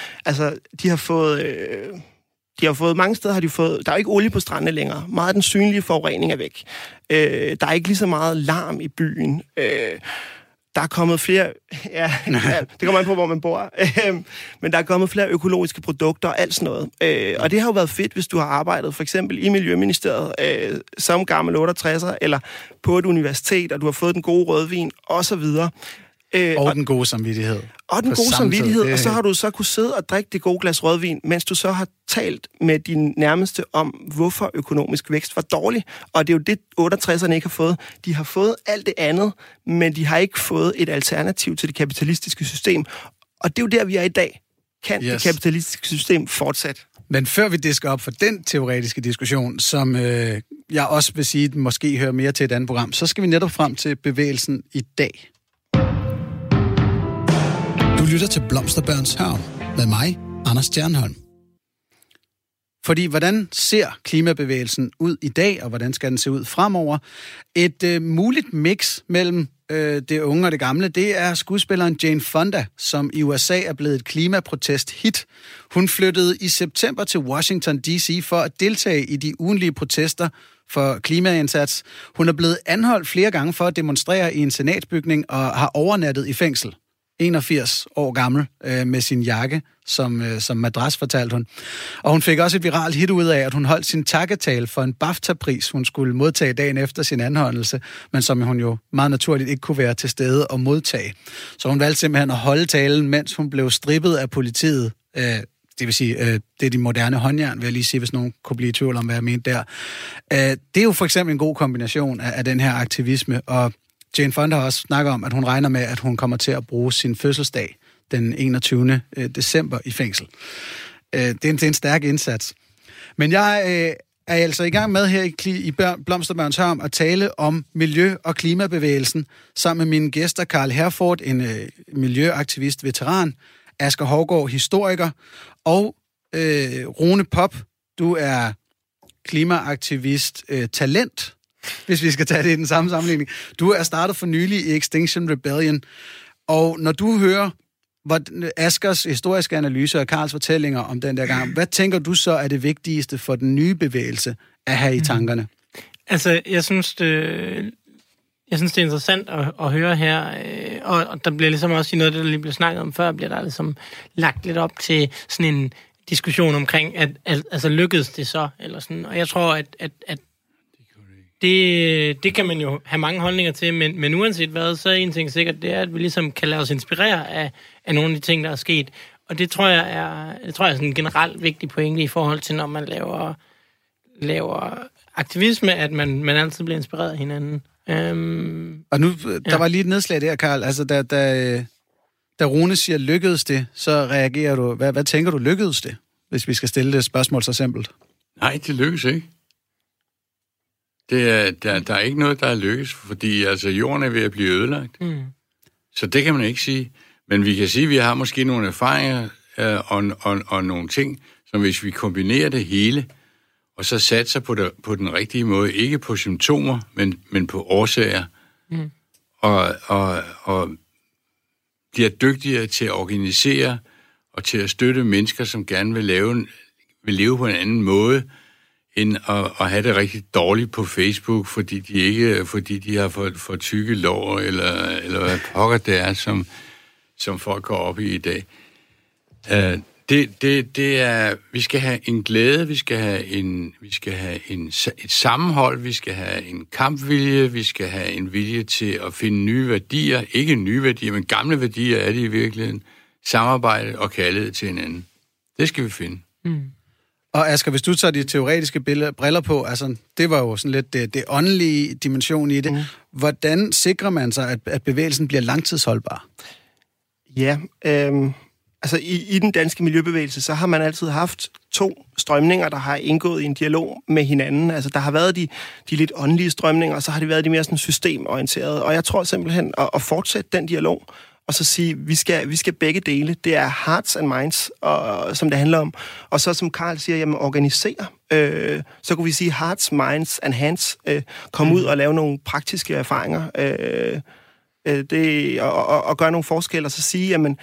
fået mange steder, der er ikke olie på strandene længere. Meget af den synlige forurening er væk. Der er ikke lige så meget larm i byen. Der er kommet flere... Ja, det kommer an på, hvor man bor. Men der er kommet flere økologiske produkter og alt sådan noget. Og det har jo været fedt, hvis du har arbejdet for eksempel i Miljøministeriet som gammel 68'er, eller på et universitet, og du har fået den gode rødvin, osv. Og den gode samvittighed. Og den gode samvittighed, og så har du så kunne sidde og drikke det gode glas rødvin, mens du så har talt med din nærmeste om, hvorfor økonomisk vækst var dårlig. Og det er jo det, 68'erne ikke har fået. De har fået alt det andet, men de har ikke fået et alternativ til det kapitalistiske system. Og det er jo der, vi er i dag. Kan det kapitalistiske system fortsætte? Men før vi disker op for den teoretiske diskussion, som jeg også vil sige, måske hører mere til et andet program, så skal vi netop frem til bevægelsen i dag. Du lytter til Blomsterbørns Hørm med mig, Anders Stjernholm. Fordi hvordan ser klimabevægelsen ud i dag, og hvordan skal den se ud fremover? Et muligt mix mellem det unge og det gamle, det er skuespilleren Jane Fonda, som i USA er blevet et klimaprotest-hit. Hun flyttede i september til Washington D.C. for at deltage i de ugenlige protester for klimaindsats. Hun er blevet anholdt flere gange for at demonstrere i en senatsbygning og har overnattet i fængsel. 81 år gammel, med sin jakke som madras, fortalte hun. Og hun fik også et viralt hit ud af, at hun holdt sin takketale for en BAFTA-pris, hun skulle modtage dagen efter sin anholdelse, men som hun jo meget naturligt ikke kunne være til stede og modtage. Så hun valgte simpelthen at holde talen, mens hun blev strippet af politiet. Det vil sige, det er de moderne håndjern, vil jeg lige sige, hvis nogen kunne blive i tvivl om, hvad jeg mente der. Det er jo for eksempel en god kombination af den her aktivisme, og Jane Fonda har også snakket om, at hun regner med, at hun kommer til at bruge sin fødselsdag den 21. december i fængsel. Det er en stærk indsats. Men jeg er altså i gang med her i Blomsterbørns Hørm at tale om miljø- og klimabevægelsen sammen med mine gæster, Karl Herford, en miljøaktivist, veteran, Asger Hovgaard, historiker, og Rune Popp, du er klimaaktivist, talent, hvis vi skal tage det i den samme sammenligning. Du er startet for nylig i Extinction Rebellion, og når du hører Asgers historiske analyse og Karls fortællinger om den der gang, hvad tænker du så er det vigtigste for den nye bevægelse at have i tankerne? Altså, jeg synes, det er interessant at høre her, og der bliver ligesom også i noget af det, der lige blev snakket om før, bliver der ligesom lagt lidt op til sådan en diskussion omkring, at altså lykkedes det så, eller sådan, og jeg tror, at det kan man jo have mange holdninger til, men uanset hvad, så er en ting sikkert, det er, at vi ligesom kan lade os inspirere af nogle af de ting, der er sket. Og det tror jeg er sådan en generelt vigtig pointe i forhold til, når man laver aktivisme, at man altid bliver inspireret af hinanden. Og nu, der var lige et nedslag der, Karl. Altså, da Rune siger, lykkedes det, så reagerer du. Hvad tænker du, lykkedes det? Hvis vi skal stille det spørgsmål så simpelt. Nej, det lykkedes ikke. Der er ikke noget, der er lykkes, fordi altså, jorden er ved at blive ødelagt. Mm. Så det kan man ikke sige. Men vi kan sige, at vi har måske nogle erfaringer og nogle ting, som hvis vi kombinerer det hele, og så satser på den rigtige måde, ikke på symptomer, men på årsager, og bliver dygtigere til at organisere og til at støtte mennesker, som gerne vil leve på en anden måde, end at have det rigtig dårligt på Facebook, fordi de har for tykke lår, eller hvad pokker det er, som folk går op i dag. Det er, vi skal have en glæde, vi skal have et sammenhold, vi skal have en kampvilje, vi skal have en vilje til at finde nye værdier, ikke nye værdier, men gamle værdier er det i virkeligheden, samarbejde og kærlighed til hinanden. Det skal vi finde. Mm. Og Asger, hvis du tager de teoretiske briller på, altså det var jo sådan lidt det åndelige dimension i det. Mm. Hvordan sikrer man sig, at bevægelsen bliver langtidsholdbar? Ja, altså i den danske miljøbevægelse, så har man altid haft to strømninger, der har indgået i en dialog med hinanden. Altså der har været de lidt åndelige strømninger, og så har det været de mere sådan systemorienterede. Og jeg tror simpelthen at fortsætte den dialog, og så sige, vi skal begge dele. Det er hearts and minds, som det handler om. Og så som Carl siger, jamen organisere. Så kunne vi sige hearts, minds and hands. Kom ud og lave nogle praktiske erfaringer. Og gøre nogle forskelle, og så sige, jamen,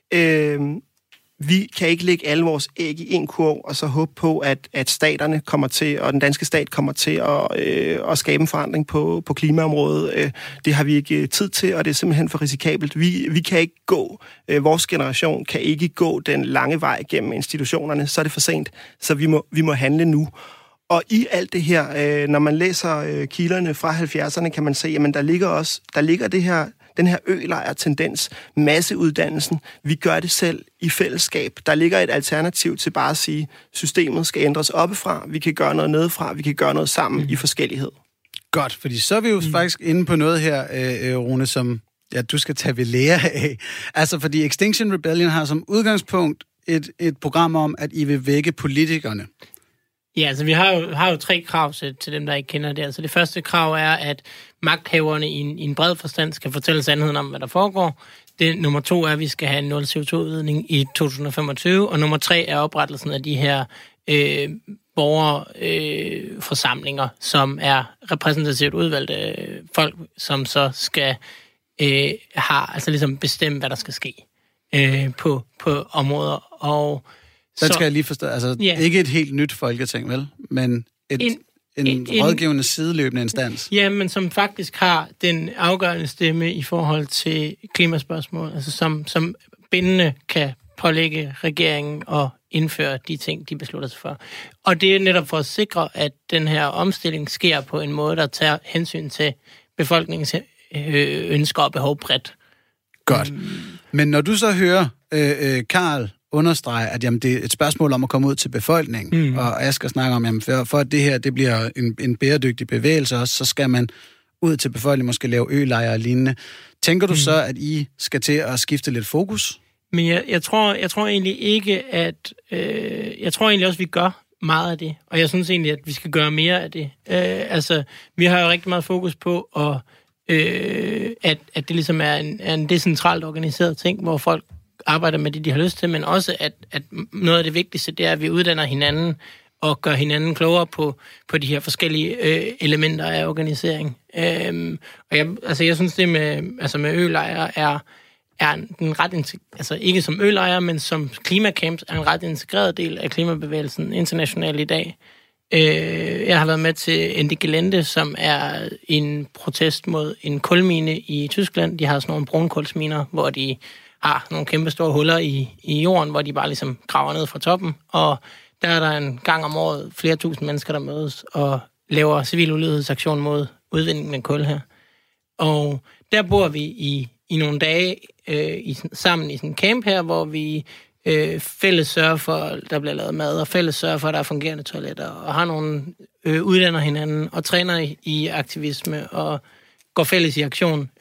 vi kan ikke lægge alle vores æg i en kurv, og så håbe på, at staterne kommer til, og den danske stat kommer til at skabe en forandring på klimaområdet. Det har vi ikke tid til, og det er simpelthen for risikabelt. Vi kan ikke gå, vores generation kan ikke gå den lange vej gennem institutionerne, så er det for sent. Så vi må handle nu. Og i alt det her, når man læser kilderne fra 70'erne, kan man se, jamen der ligger det her, den her ølejr-tendens, masseuddannelsen. Vi gør det selv i fællesskab. Der ligger et alternativ til bare at sige, systemet skal ændres oppefra, vi kan gøre noget nedefra, vi kan gøre noget sammen i forskellighed. Godt, fordi så er vi jo faktisk inde på noget her, Rune, som du skal tage ved lære af. Altså, fordi Extinction Rebellion har som udgangspunkt et program om, at I vil vække politikerne. Ja, altså vi har jo 3 krav til dem, der ikke kender det. Altså det første krav er, at magthaverne i en bred forstand skal fortælle sandheden om, hvad der foregår. Nummer 2 er, at vi skal have en 0 CO2-udledning i 2025. Og nummer 3 er oprettelsen af de her borgerforsamlinger, som er repræsentativt udvalgte folk, som så skal altså ligesom bestemme, hvad der skal ske på områder. Og den skal jeg lige forstå. Altså, ikke et helt nyt folketing, vel? Men en rådgivende sideløbende instans. Ja, men som faktisk har den afgørende stemme i forhold til klimaspørgsmål. Altså som bindende kan pålægge regeringen at indføre de ting, de beslutter sig for. Og det er netop for at sikre, at den her omstilling sker på en måde, der tager hensyn til befolkningens ønsker og behov bredt. Godt. Men når du så hører Carl understrege, at jamen, det er et spørgsmål om at komme ud til befolkningen, og Asger snakker om, jamen, for at det her det bliver en bæredygtig bevægelse også, så skal man ud til befolkningen, måske lave ølejre og lignende. Tænker du så, at I skal til at skifte lidt fokus? Men jeg tror egentlig ikke, at jeg tror egentlig også, at vi gør meget af det, og jeg synes egentlig, at vi skal gøre mere af det. Altså, vi har jo rigtig meget fokus på, at det ligesom er en decentralt organiseret ting, hvor folk arbejder med det, de har lyst til, men også, at noget af det vigtigste, det er, at vi uddanner hinanden og gør hinanden klogere på de her forskellige elementer af organisering. Og jeg synes, det med ølejre er en ret altså ikke som ølejre, men som klimacamps er en ret integreret del af klimabevægelsen internationalt i dag. Jeg har været med til Ende Gelände, som er en protest mod en kulmine i Tyskland. De har sådan nogle brunkulsminer, hvor de har nogle kæmpe store huller i jorden, hvor de bare ligesom graver ned fra toppen. Og der er der en gang om året flere tusind mennesker, der mødes og laver civil ulydighedsaktion mod udvindingen af kul her. Og der bor vi i nogle dage sammen i sådan en camp her, hvor vi fælles sørger for, at der bliver lavet mad, og fælles sørger for, at der er fungerende toiletter, og har nogle uddanner hinanden, og træner i aktivisme, og går fælles i aktion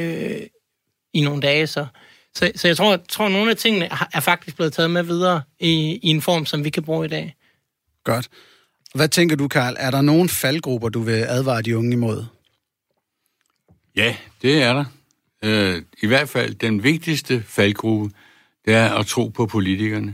i nogle dage. Så jeg tror, at nogle af tingene er faktisk blevet taget med videre i en form, som vi kan bruge i dag. Godt. Hvad tænker du, Carl? Er der nogle faldgrupper, du vil advare de unge imod? Ja, det er der. I hvert fald den vigtigste faldgruppe, det er at tro på politikerne.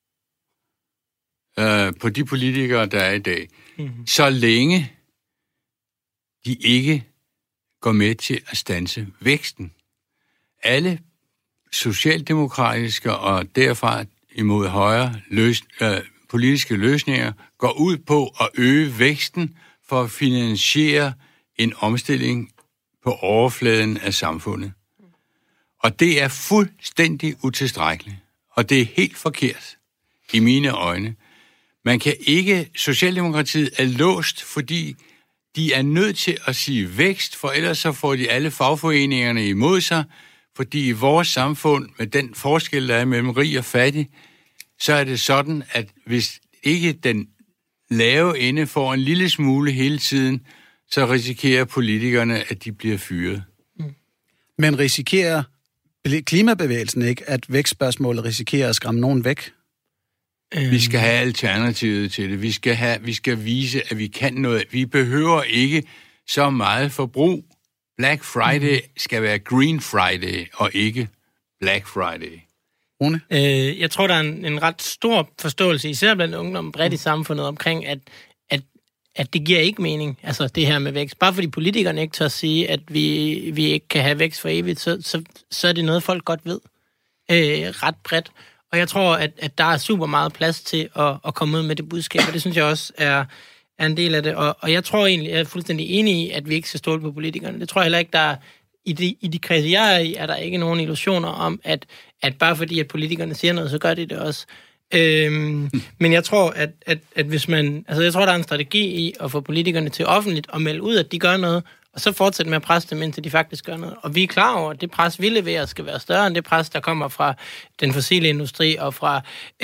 På de politikere, der er i dag. Mm-hmm. Så længe de ikke går med til at standse væksten. Alle socialdemokratiske og derfra imod højre politiske løsninger går ud på at øge væksten for at finansiere en omstilling på overfladen af samfundet. Og det er fuldstændig utilstrækkeligt. Og det er helt forkert i mine øjne. Man kan ikke, Socialdemokratiet er låst, fordi de er nødt til at sige vækst, for ellers så får de alle fagforeningerne imod sig, fordi i vores samfund, med den forskel, der er mellem rig og fattig, så er det sådan, at hvis ikke den lave ende får en lille smule hele tiden, så risikerer politikerne, at de bliver fyret. Men risikerer klimabevægelsen ikke, at vækstspørgsmålet risikerer at skræmme nogen væk? Vi skal have alternativet til det. Vi skal vise, at vi kan noget. Vi behøver ikke så meget forbrug. Black Friday skal være Green Friday, og ikke Black Friday. Rune? Jeg tror, der er en ret stor forståelse, især blandt ungdom bredt i samfundet, omkring, at det giver ikke mening, altså det her med vækst. Bare fordi politikerne ikke tør sige, at vi ikke kan have vækst for evigt, så er det noget, folk godt ved. Ret bredt. Og jeg tror, at der er super meget plads til at komme ud med det budskab, og det synes jeg også er en del af det. Og jeg tror egentlig, jeg er fuldstændig enig i, at vi ikke skal stole på politikerne. Det tror jeg heller ikke, der er i de kredse, jeg er i, er der ikke nogen illusioner om, at bare fordi, at politikerne siger noget, så gør de det også. Men jeg tror, at hvis man... Altså, jeg tror, der er en strategi i at få politikerne til offentligt at melde ud, at de gør noget, og så fortsætte med at presse dem, indtil de faktisk gør noget. Og vi er klar over, at det pres, vi leverer, skal være større end det pres, der kommer fra den fossile industri og fra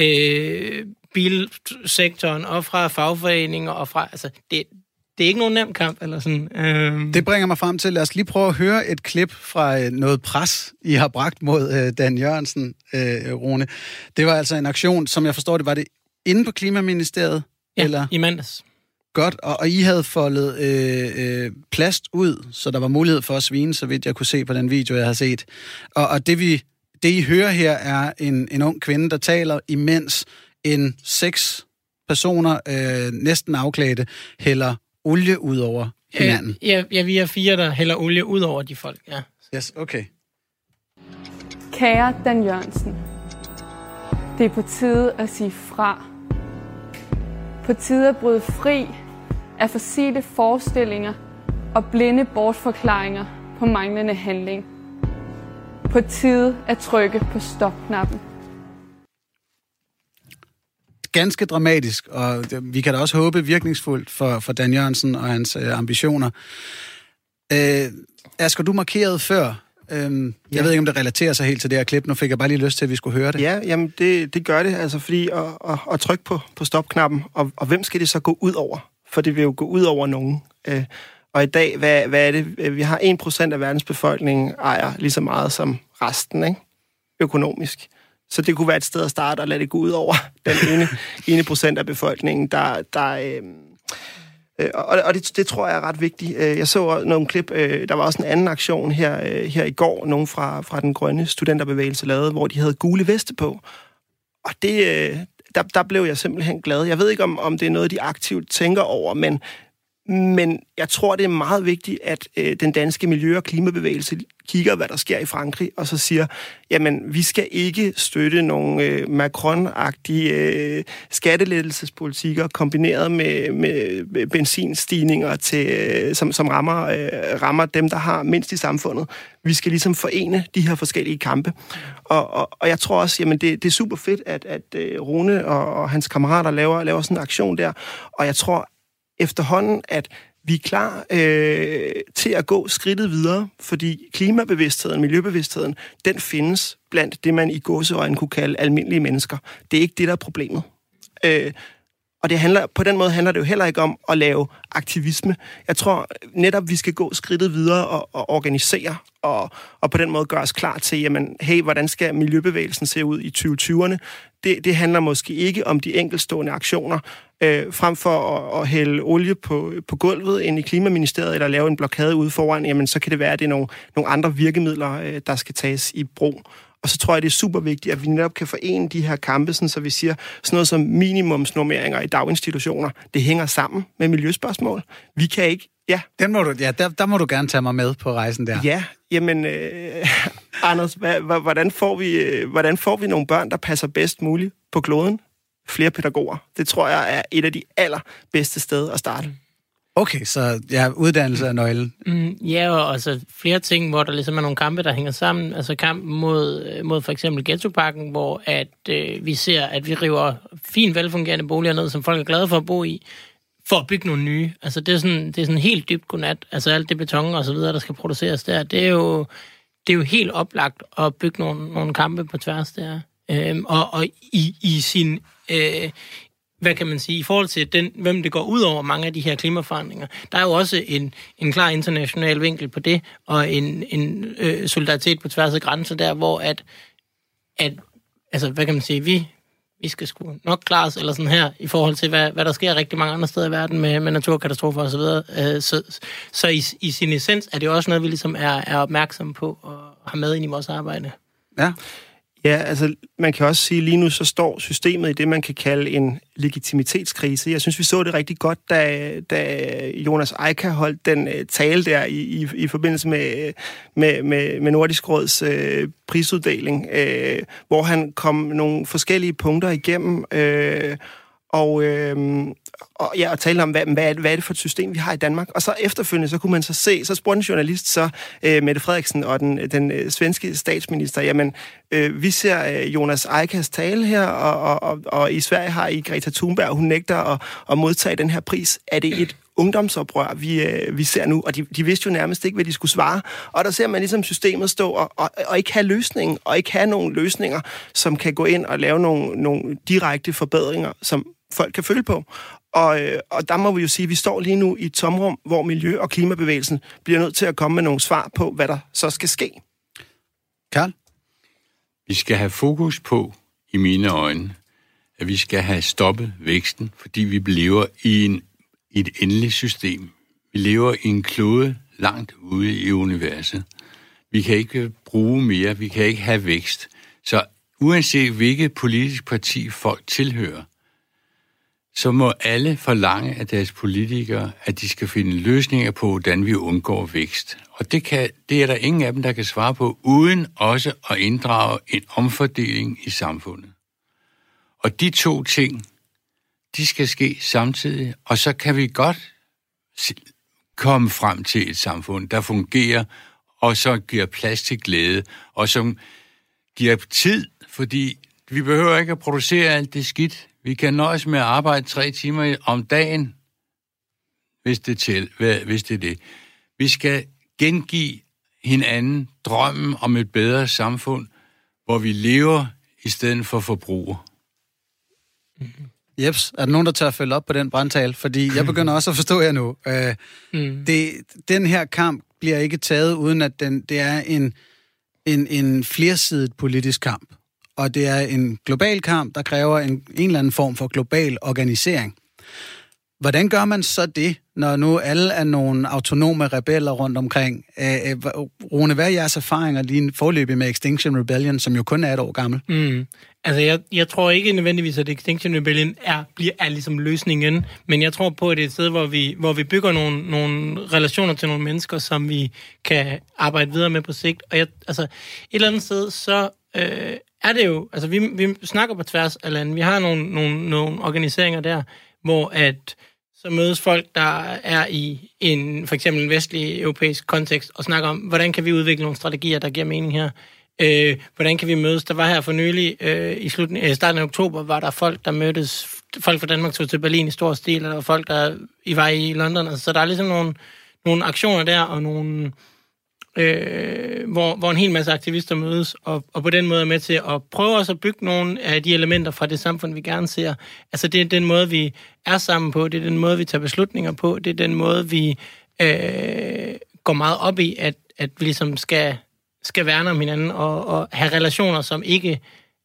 bilsektoren og fra fagforeninger og fra... Altså, det er ikke nogen nem kamp, eller sådan. Det bringer mig frem til, lad os lige prøve at høre et klip fra noget pres, I har bragt mod Dan Jørgensen, Rune. Det var altså en aktion, som jeg forstår det, var det inde på Klimaministeriet? Ja, eller? I mandags. Godt, og I havde foldet plast ud, så der var mulighed for at svine, så vidt jeg kunne se på den video, jeg har set. Og det I hører her, er en ung kvinde, der taler, imens 6 personer, næsten afklædte, hælder olie ud over hinanden. Ja, vi er 4, der hælder olie ud over de folk, ja. Yes, okay. Kære Dan Jørgensen, det er på tide at sige fra. På tide at bryde fri af fossile forestillinger og blinde bortforklaringer på manglende handling. På tide at trykke på stopknappen. Ganske dramatisk, og vi kan da også håbe virkningsfuldt for Dan Jørgensen og hans ambitioner. Asger, du markerede før. Jeg ved ikke, om det relaterer sig helt til det her klip. Nu fik jeg bare lige lyst til, at vi skulle høre det. Ja, jamen det gør det, altså fordi at trykke på stopknappen, og hvem skal det så gå ud over? For det vil jo gå ud over nogen. Og i dag, hvad er det? Vi har 1% af verdens befolkning ejer lige så meget som resten, ikke? Økonomisk. Så det kunne være et sted at starte og lade det gå ud over den ene procent af befolkningen, og det tror jeg er ret vigtigt. Jeg så nogle klip, der var også en anden aktion her i går, nogen fra den grønne studenterbevægelse lavede, hvor de havde gule veste på. Og der blev jeg simpelthen glad. Jeg ved ikke, om det er noget, de aktivt tænker over, men jeg tror, det er meget vigtigt, at den danske miljø- og klimabevægelse kigger, hvad der sker i Frankrig, og så siger, jamen, vi skal ikke støtte nogle Macron-agtige skattelettelsespolitikker kombineret med benzinstigninger, som rammer dem, der har mindst i samfundet. Vi skal ligesom forene de her forskellige kampe. Og jeg tror også, jamen, det er super fedt, at Rune og hans kammerater laver sådan en aktion der, og jeg tror efterhånden, at vi er klar til at gå skridtet videre, fordi klimabevidstheden, miljøbevidstheden, den findes blandt det, man i gåseøjne kunne kalde almindelige mennesker. Det er ikke det, der er problemet. Og på den måde handler det jo heller ikke om at lave aktivisme. Jeg tror netop, vi skal gå skridtet videre og organisere, og på den måde gøre os klar til, jamen, hey, hvordan skal miljøbevægelsen se ud i 2020'erne? Det handler måske ikke om de enkeltstående aktioner, frem for at hælde olie på gulvet ind i Klimaministeriet, eller lave en blokade ude foran, jamen, så kan det være, at det er nogle andre virkemidler, der skal tages i brug. Og så tror jeg, det er super vigtigt, at vi netop kan forene de her kampe, så vi siger, sådan noget som minimumsnormeringer i daginstitutioner, det hænger sammen med miljøspørgsmål. Vi kan ikke... Ja. Der må du gerne tage mig med på rejsen der. Ja, jamen, Anders, hvordan får vi nogle børn, der passer bedst muligt på kloden? Flere pædagoger. Det tror jeg er et af de allerbedste steder at starte. Okay, så ja, uddannelse er nøglen. Ja, og altså flere ting, hvor der ligesom er nogle kampe, der hænger sammen. Altså kampen mod for eksempel ghettoparken, hvor vi ser, at vi river fint velfungerende boliger ned, som folk er glade for at bo i, for at bygge nogle nye. Altså det er sådan helt dybt godnat. Altså alt det beton og så videre, der skal produceres der, det er jo helt oplagt at bygge nogle kampe på tværs der. Og i sin... hvad kan man sige, i forhold til hvem det går ud over mange af de her klimaforandringer, der er jo også en klar international vinkel på det, og en solidaritet på tværs af grænser der, hvor at altså, hvad kan man sige, vi skal sgu nok klare os, eller sådan her, i forhold til, hvad der sker rigtig mange andre steder i verden med naturkatastrofer og så videre. Så i sin essens er det jo også noget, vi ligesom er opmærksomme på og har med ind i vores arbejde. Ja. Ja, altså man kan også sige, at lige nu så står systemet i det, man kan kalde en legitimitetskrise. Jeg synes, vi så det rigtig godt, da Jonas Eika holdt den tale der i forbindelse med Nordisk Råds prisuddeling, hvor han kom nogle forskellige punkter igennem, og tale om, hvad er det for et system, vi har i Danmark. Og så efterfølgende, så kunne man så spurgte en journalist, Mette Frederiksen og den svenske statsminister, jamen, vi ser Jonas Eikas tale her, og i Sverige har I Greta Thunberg, hun nægter at modtage den her pris. Er det et ungdomsoprør, vi ser nu? Og de vidste jo nærmest ikke, hvad de skulle svare. Og der ser man ligesom systemet stå og ikke have løsning, og ikke have nogle løsninger, som kan gå ind og lave nogle direkte forbedringer, som folk kan følge på. Og der må vi jo sige, at vi står lige nu i et tomrum, hvor miljø- og klimabevægelsen bliver nødt til at komme med nogle svar på, hvad der så skal ske. Karl? Vi skal have fokus på, i mine øjne, at vi skal have stoppet væksten, fordi vi lever i et endeligt system. Vi lever i en klode langt ude i universet. Vi kan ikke bruge mere, vi kan ikke have vækst. Så uanset hvilket politisk parti folk tilhører, så må alle forlange af deres politikere, at de skal finde løsninger på, hvordan vi undgår vækst. Og det er der ingen af dem, der kan svare på, uden også at inddrage en omfordeling i samfundet. Og de to ting, de skal ske samtidig, og så kan vi godt komme frem til et samfund, der fungerer, og så giver plads til glæde, og som giver tid, fordi vi behøver ikke at producere alt det skidt. Vi kan nøjes med at arbejde 3 timer om dagen, hvis det er det. Vi skal gengive hinanden drømmen om et bedre samfund, hvor vi lever i stedet for forbruger. Jeps, er der nogen, der tør at følge op på den brandtale? Fordi jeg begynder også at forstå jer nu. Den her kamp bliver ikke taget, uden at det er en flersidet politisk kamp. Og det er en global kamp, der kræver en eller anden form for global organisering. Hvordan gør man så det, når nu alle er nogle autonome rebeller rundt omkring? Rune, hvad er jeres erfaringer lige foreløbig med Extinction Rebellion, som jo kun er 1 år gammel? Altså, jeg tror ikke nødvendigvis, at Extinction Rebellion er ligesom løsningen, men jeg tror på, at det er et sted, hvor vi bygger nogle relationer til nogle mennesker, som vi kan arbejde videre med på sigt. Og et eller andet sted, så er det jo, altså vi snakker på tværs af landet. Vi har nogle organiseringer der, hvor så mødes folk, der er i for eksempel en vestlig europæisk kontekst, og snakker om, hvordan kan vi udvikle nogle strategier, der giver mening her. Hvordan kan vi mødes? Der var her for nylig, i starten af oktober, var der folk, der mødtes. Folk fra Danmark tog til Berlin i stor stil, og der var folk, der var i London. Altså, så der er ligesom nogle aktioner der, og nogle hvor en hel masse aktivister mødes, og på den måde er med til at prøve også at bygge nogle af de elementer fra det samfund, vi gerne ser. Altså det er den måde, vi er sammen på, det er den måde, vi tager beslutninger på, det er den måde, vi går meget op i, at vi ligesom skal værne om hinanden og have relationer, som ikke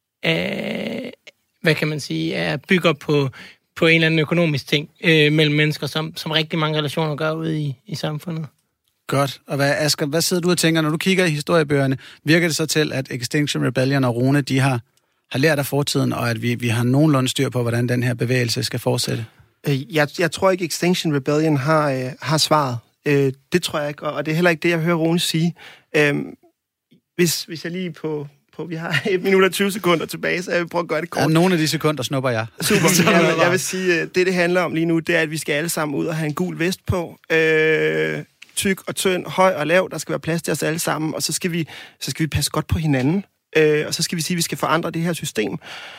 hvad kan man sige, bygger på en eller anden økonomisk ting mellem mennesker, som rigtig mange relationer gør ude i samfundet. Godt. Og Asger, hvad sidder du og tænker, når du kigger i historiebøgerne? Virker det så til, at Extinction Rebellion og Rune, de har lært af fortiden, og at vi har nogenlunde styr på, hvordan den her bevægelse skal fortsætte? Jeg tror ikke, Extinction Rebellion har svaret. Det tror jeg ikke, og det er heller ikke det, jeg hører Rune sige. Hvis jeg lige på vi har 1 minut og 20 sekunder tilbage, så jeg vil prøve at gøre det kort. Ja, nogle af de sekunder snupper jeg. Super. Jeg vil sige, det handler om lige nu, det er, at vi skal alle sammen ud og have en gul vest på. Tyk og tynd, høj og lav, der skal være plads til os alle sammen, og så skal vi passe godt på hinanden, og så skal vi sige, at vi skal forandre det her system.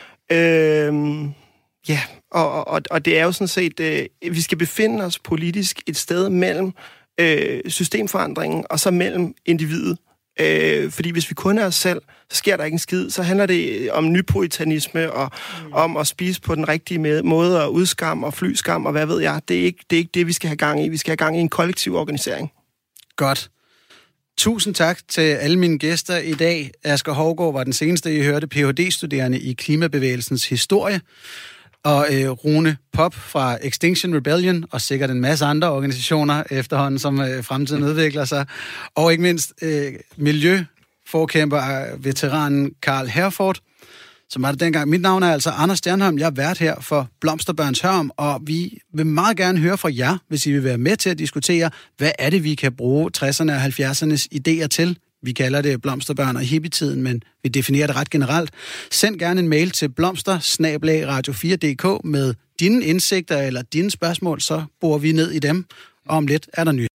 Og det er jo sådan set, vi skal befinde os politisk et sted mellem systemforandringen og så mellem individet. Fordi hvis vi kun er os selv, så sker der ikke en skid. Så handler det om nypuritanisme og om at spise på den rigtige måde og udskam og flyskam og hvad ved jeg. Det er ikke det, vi skal have gang i. Vi skal have gang i en kollektiv organisering. Godt. Tusind tak til alle mine gæster i dag. Asger Hougaard var den seneste, I hørte, Ph.D.-studerende i klimabevægelsens historie. Og Rune Popp fra Extinction Rebellion, og sikkert en masse andre organisationer efterhånden, som fremtiden udvikler sig. Og ikke mindst forkæmper veteranen Karl Herford, som var det dengang. Mit navn er altså Anders Stjernholm. Jeg er vært her for Blomsterbørns Hørm, og vi vil meget gerne høre fra jer, hvis I vil være med til at diskutere, hvad er det, vi kan bruge 60'erne og 70'ernes idéer til. Vi kalder det blomsterbørn og hippietiden, men vi definerer det ret generelt. Send gerne en mail til blomster@radio4.dk med dine indsigter eller dine spørgsmål, så borer vi ned i dem. Og om lidt er der nyt.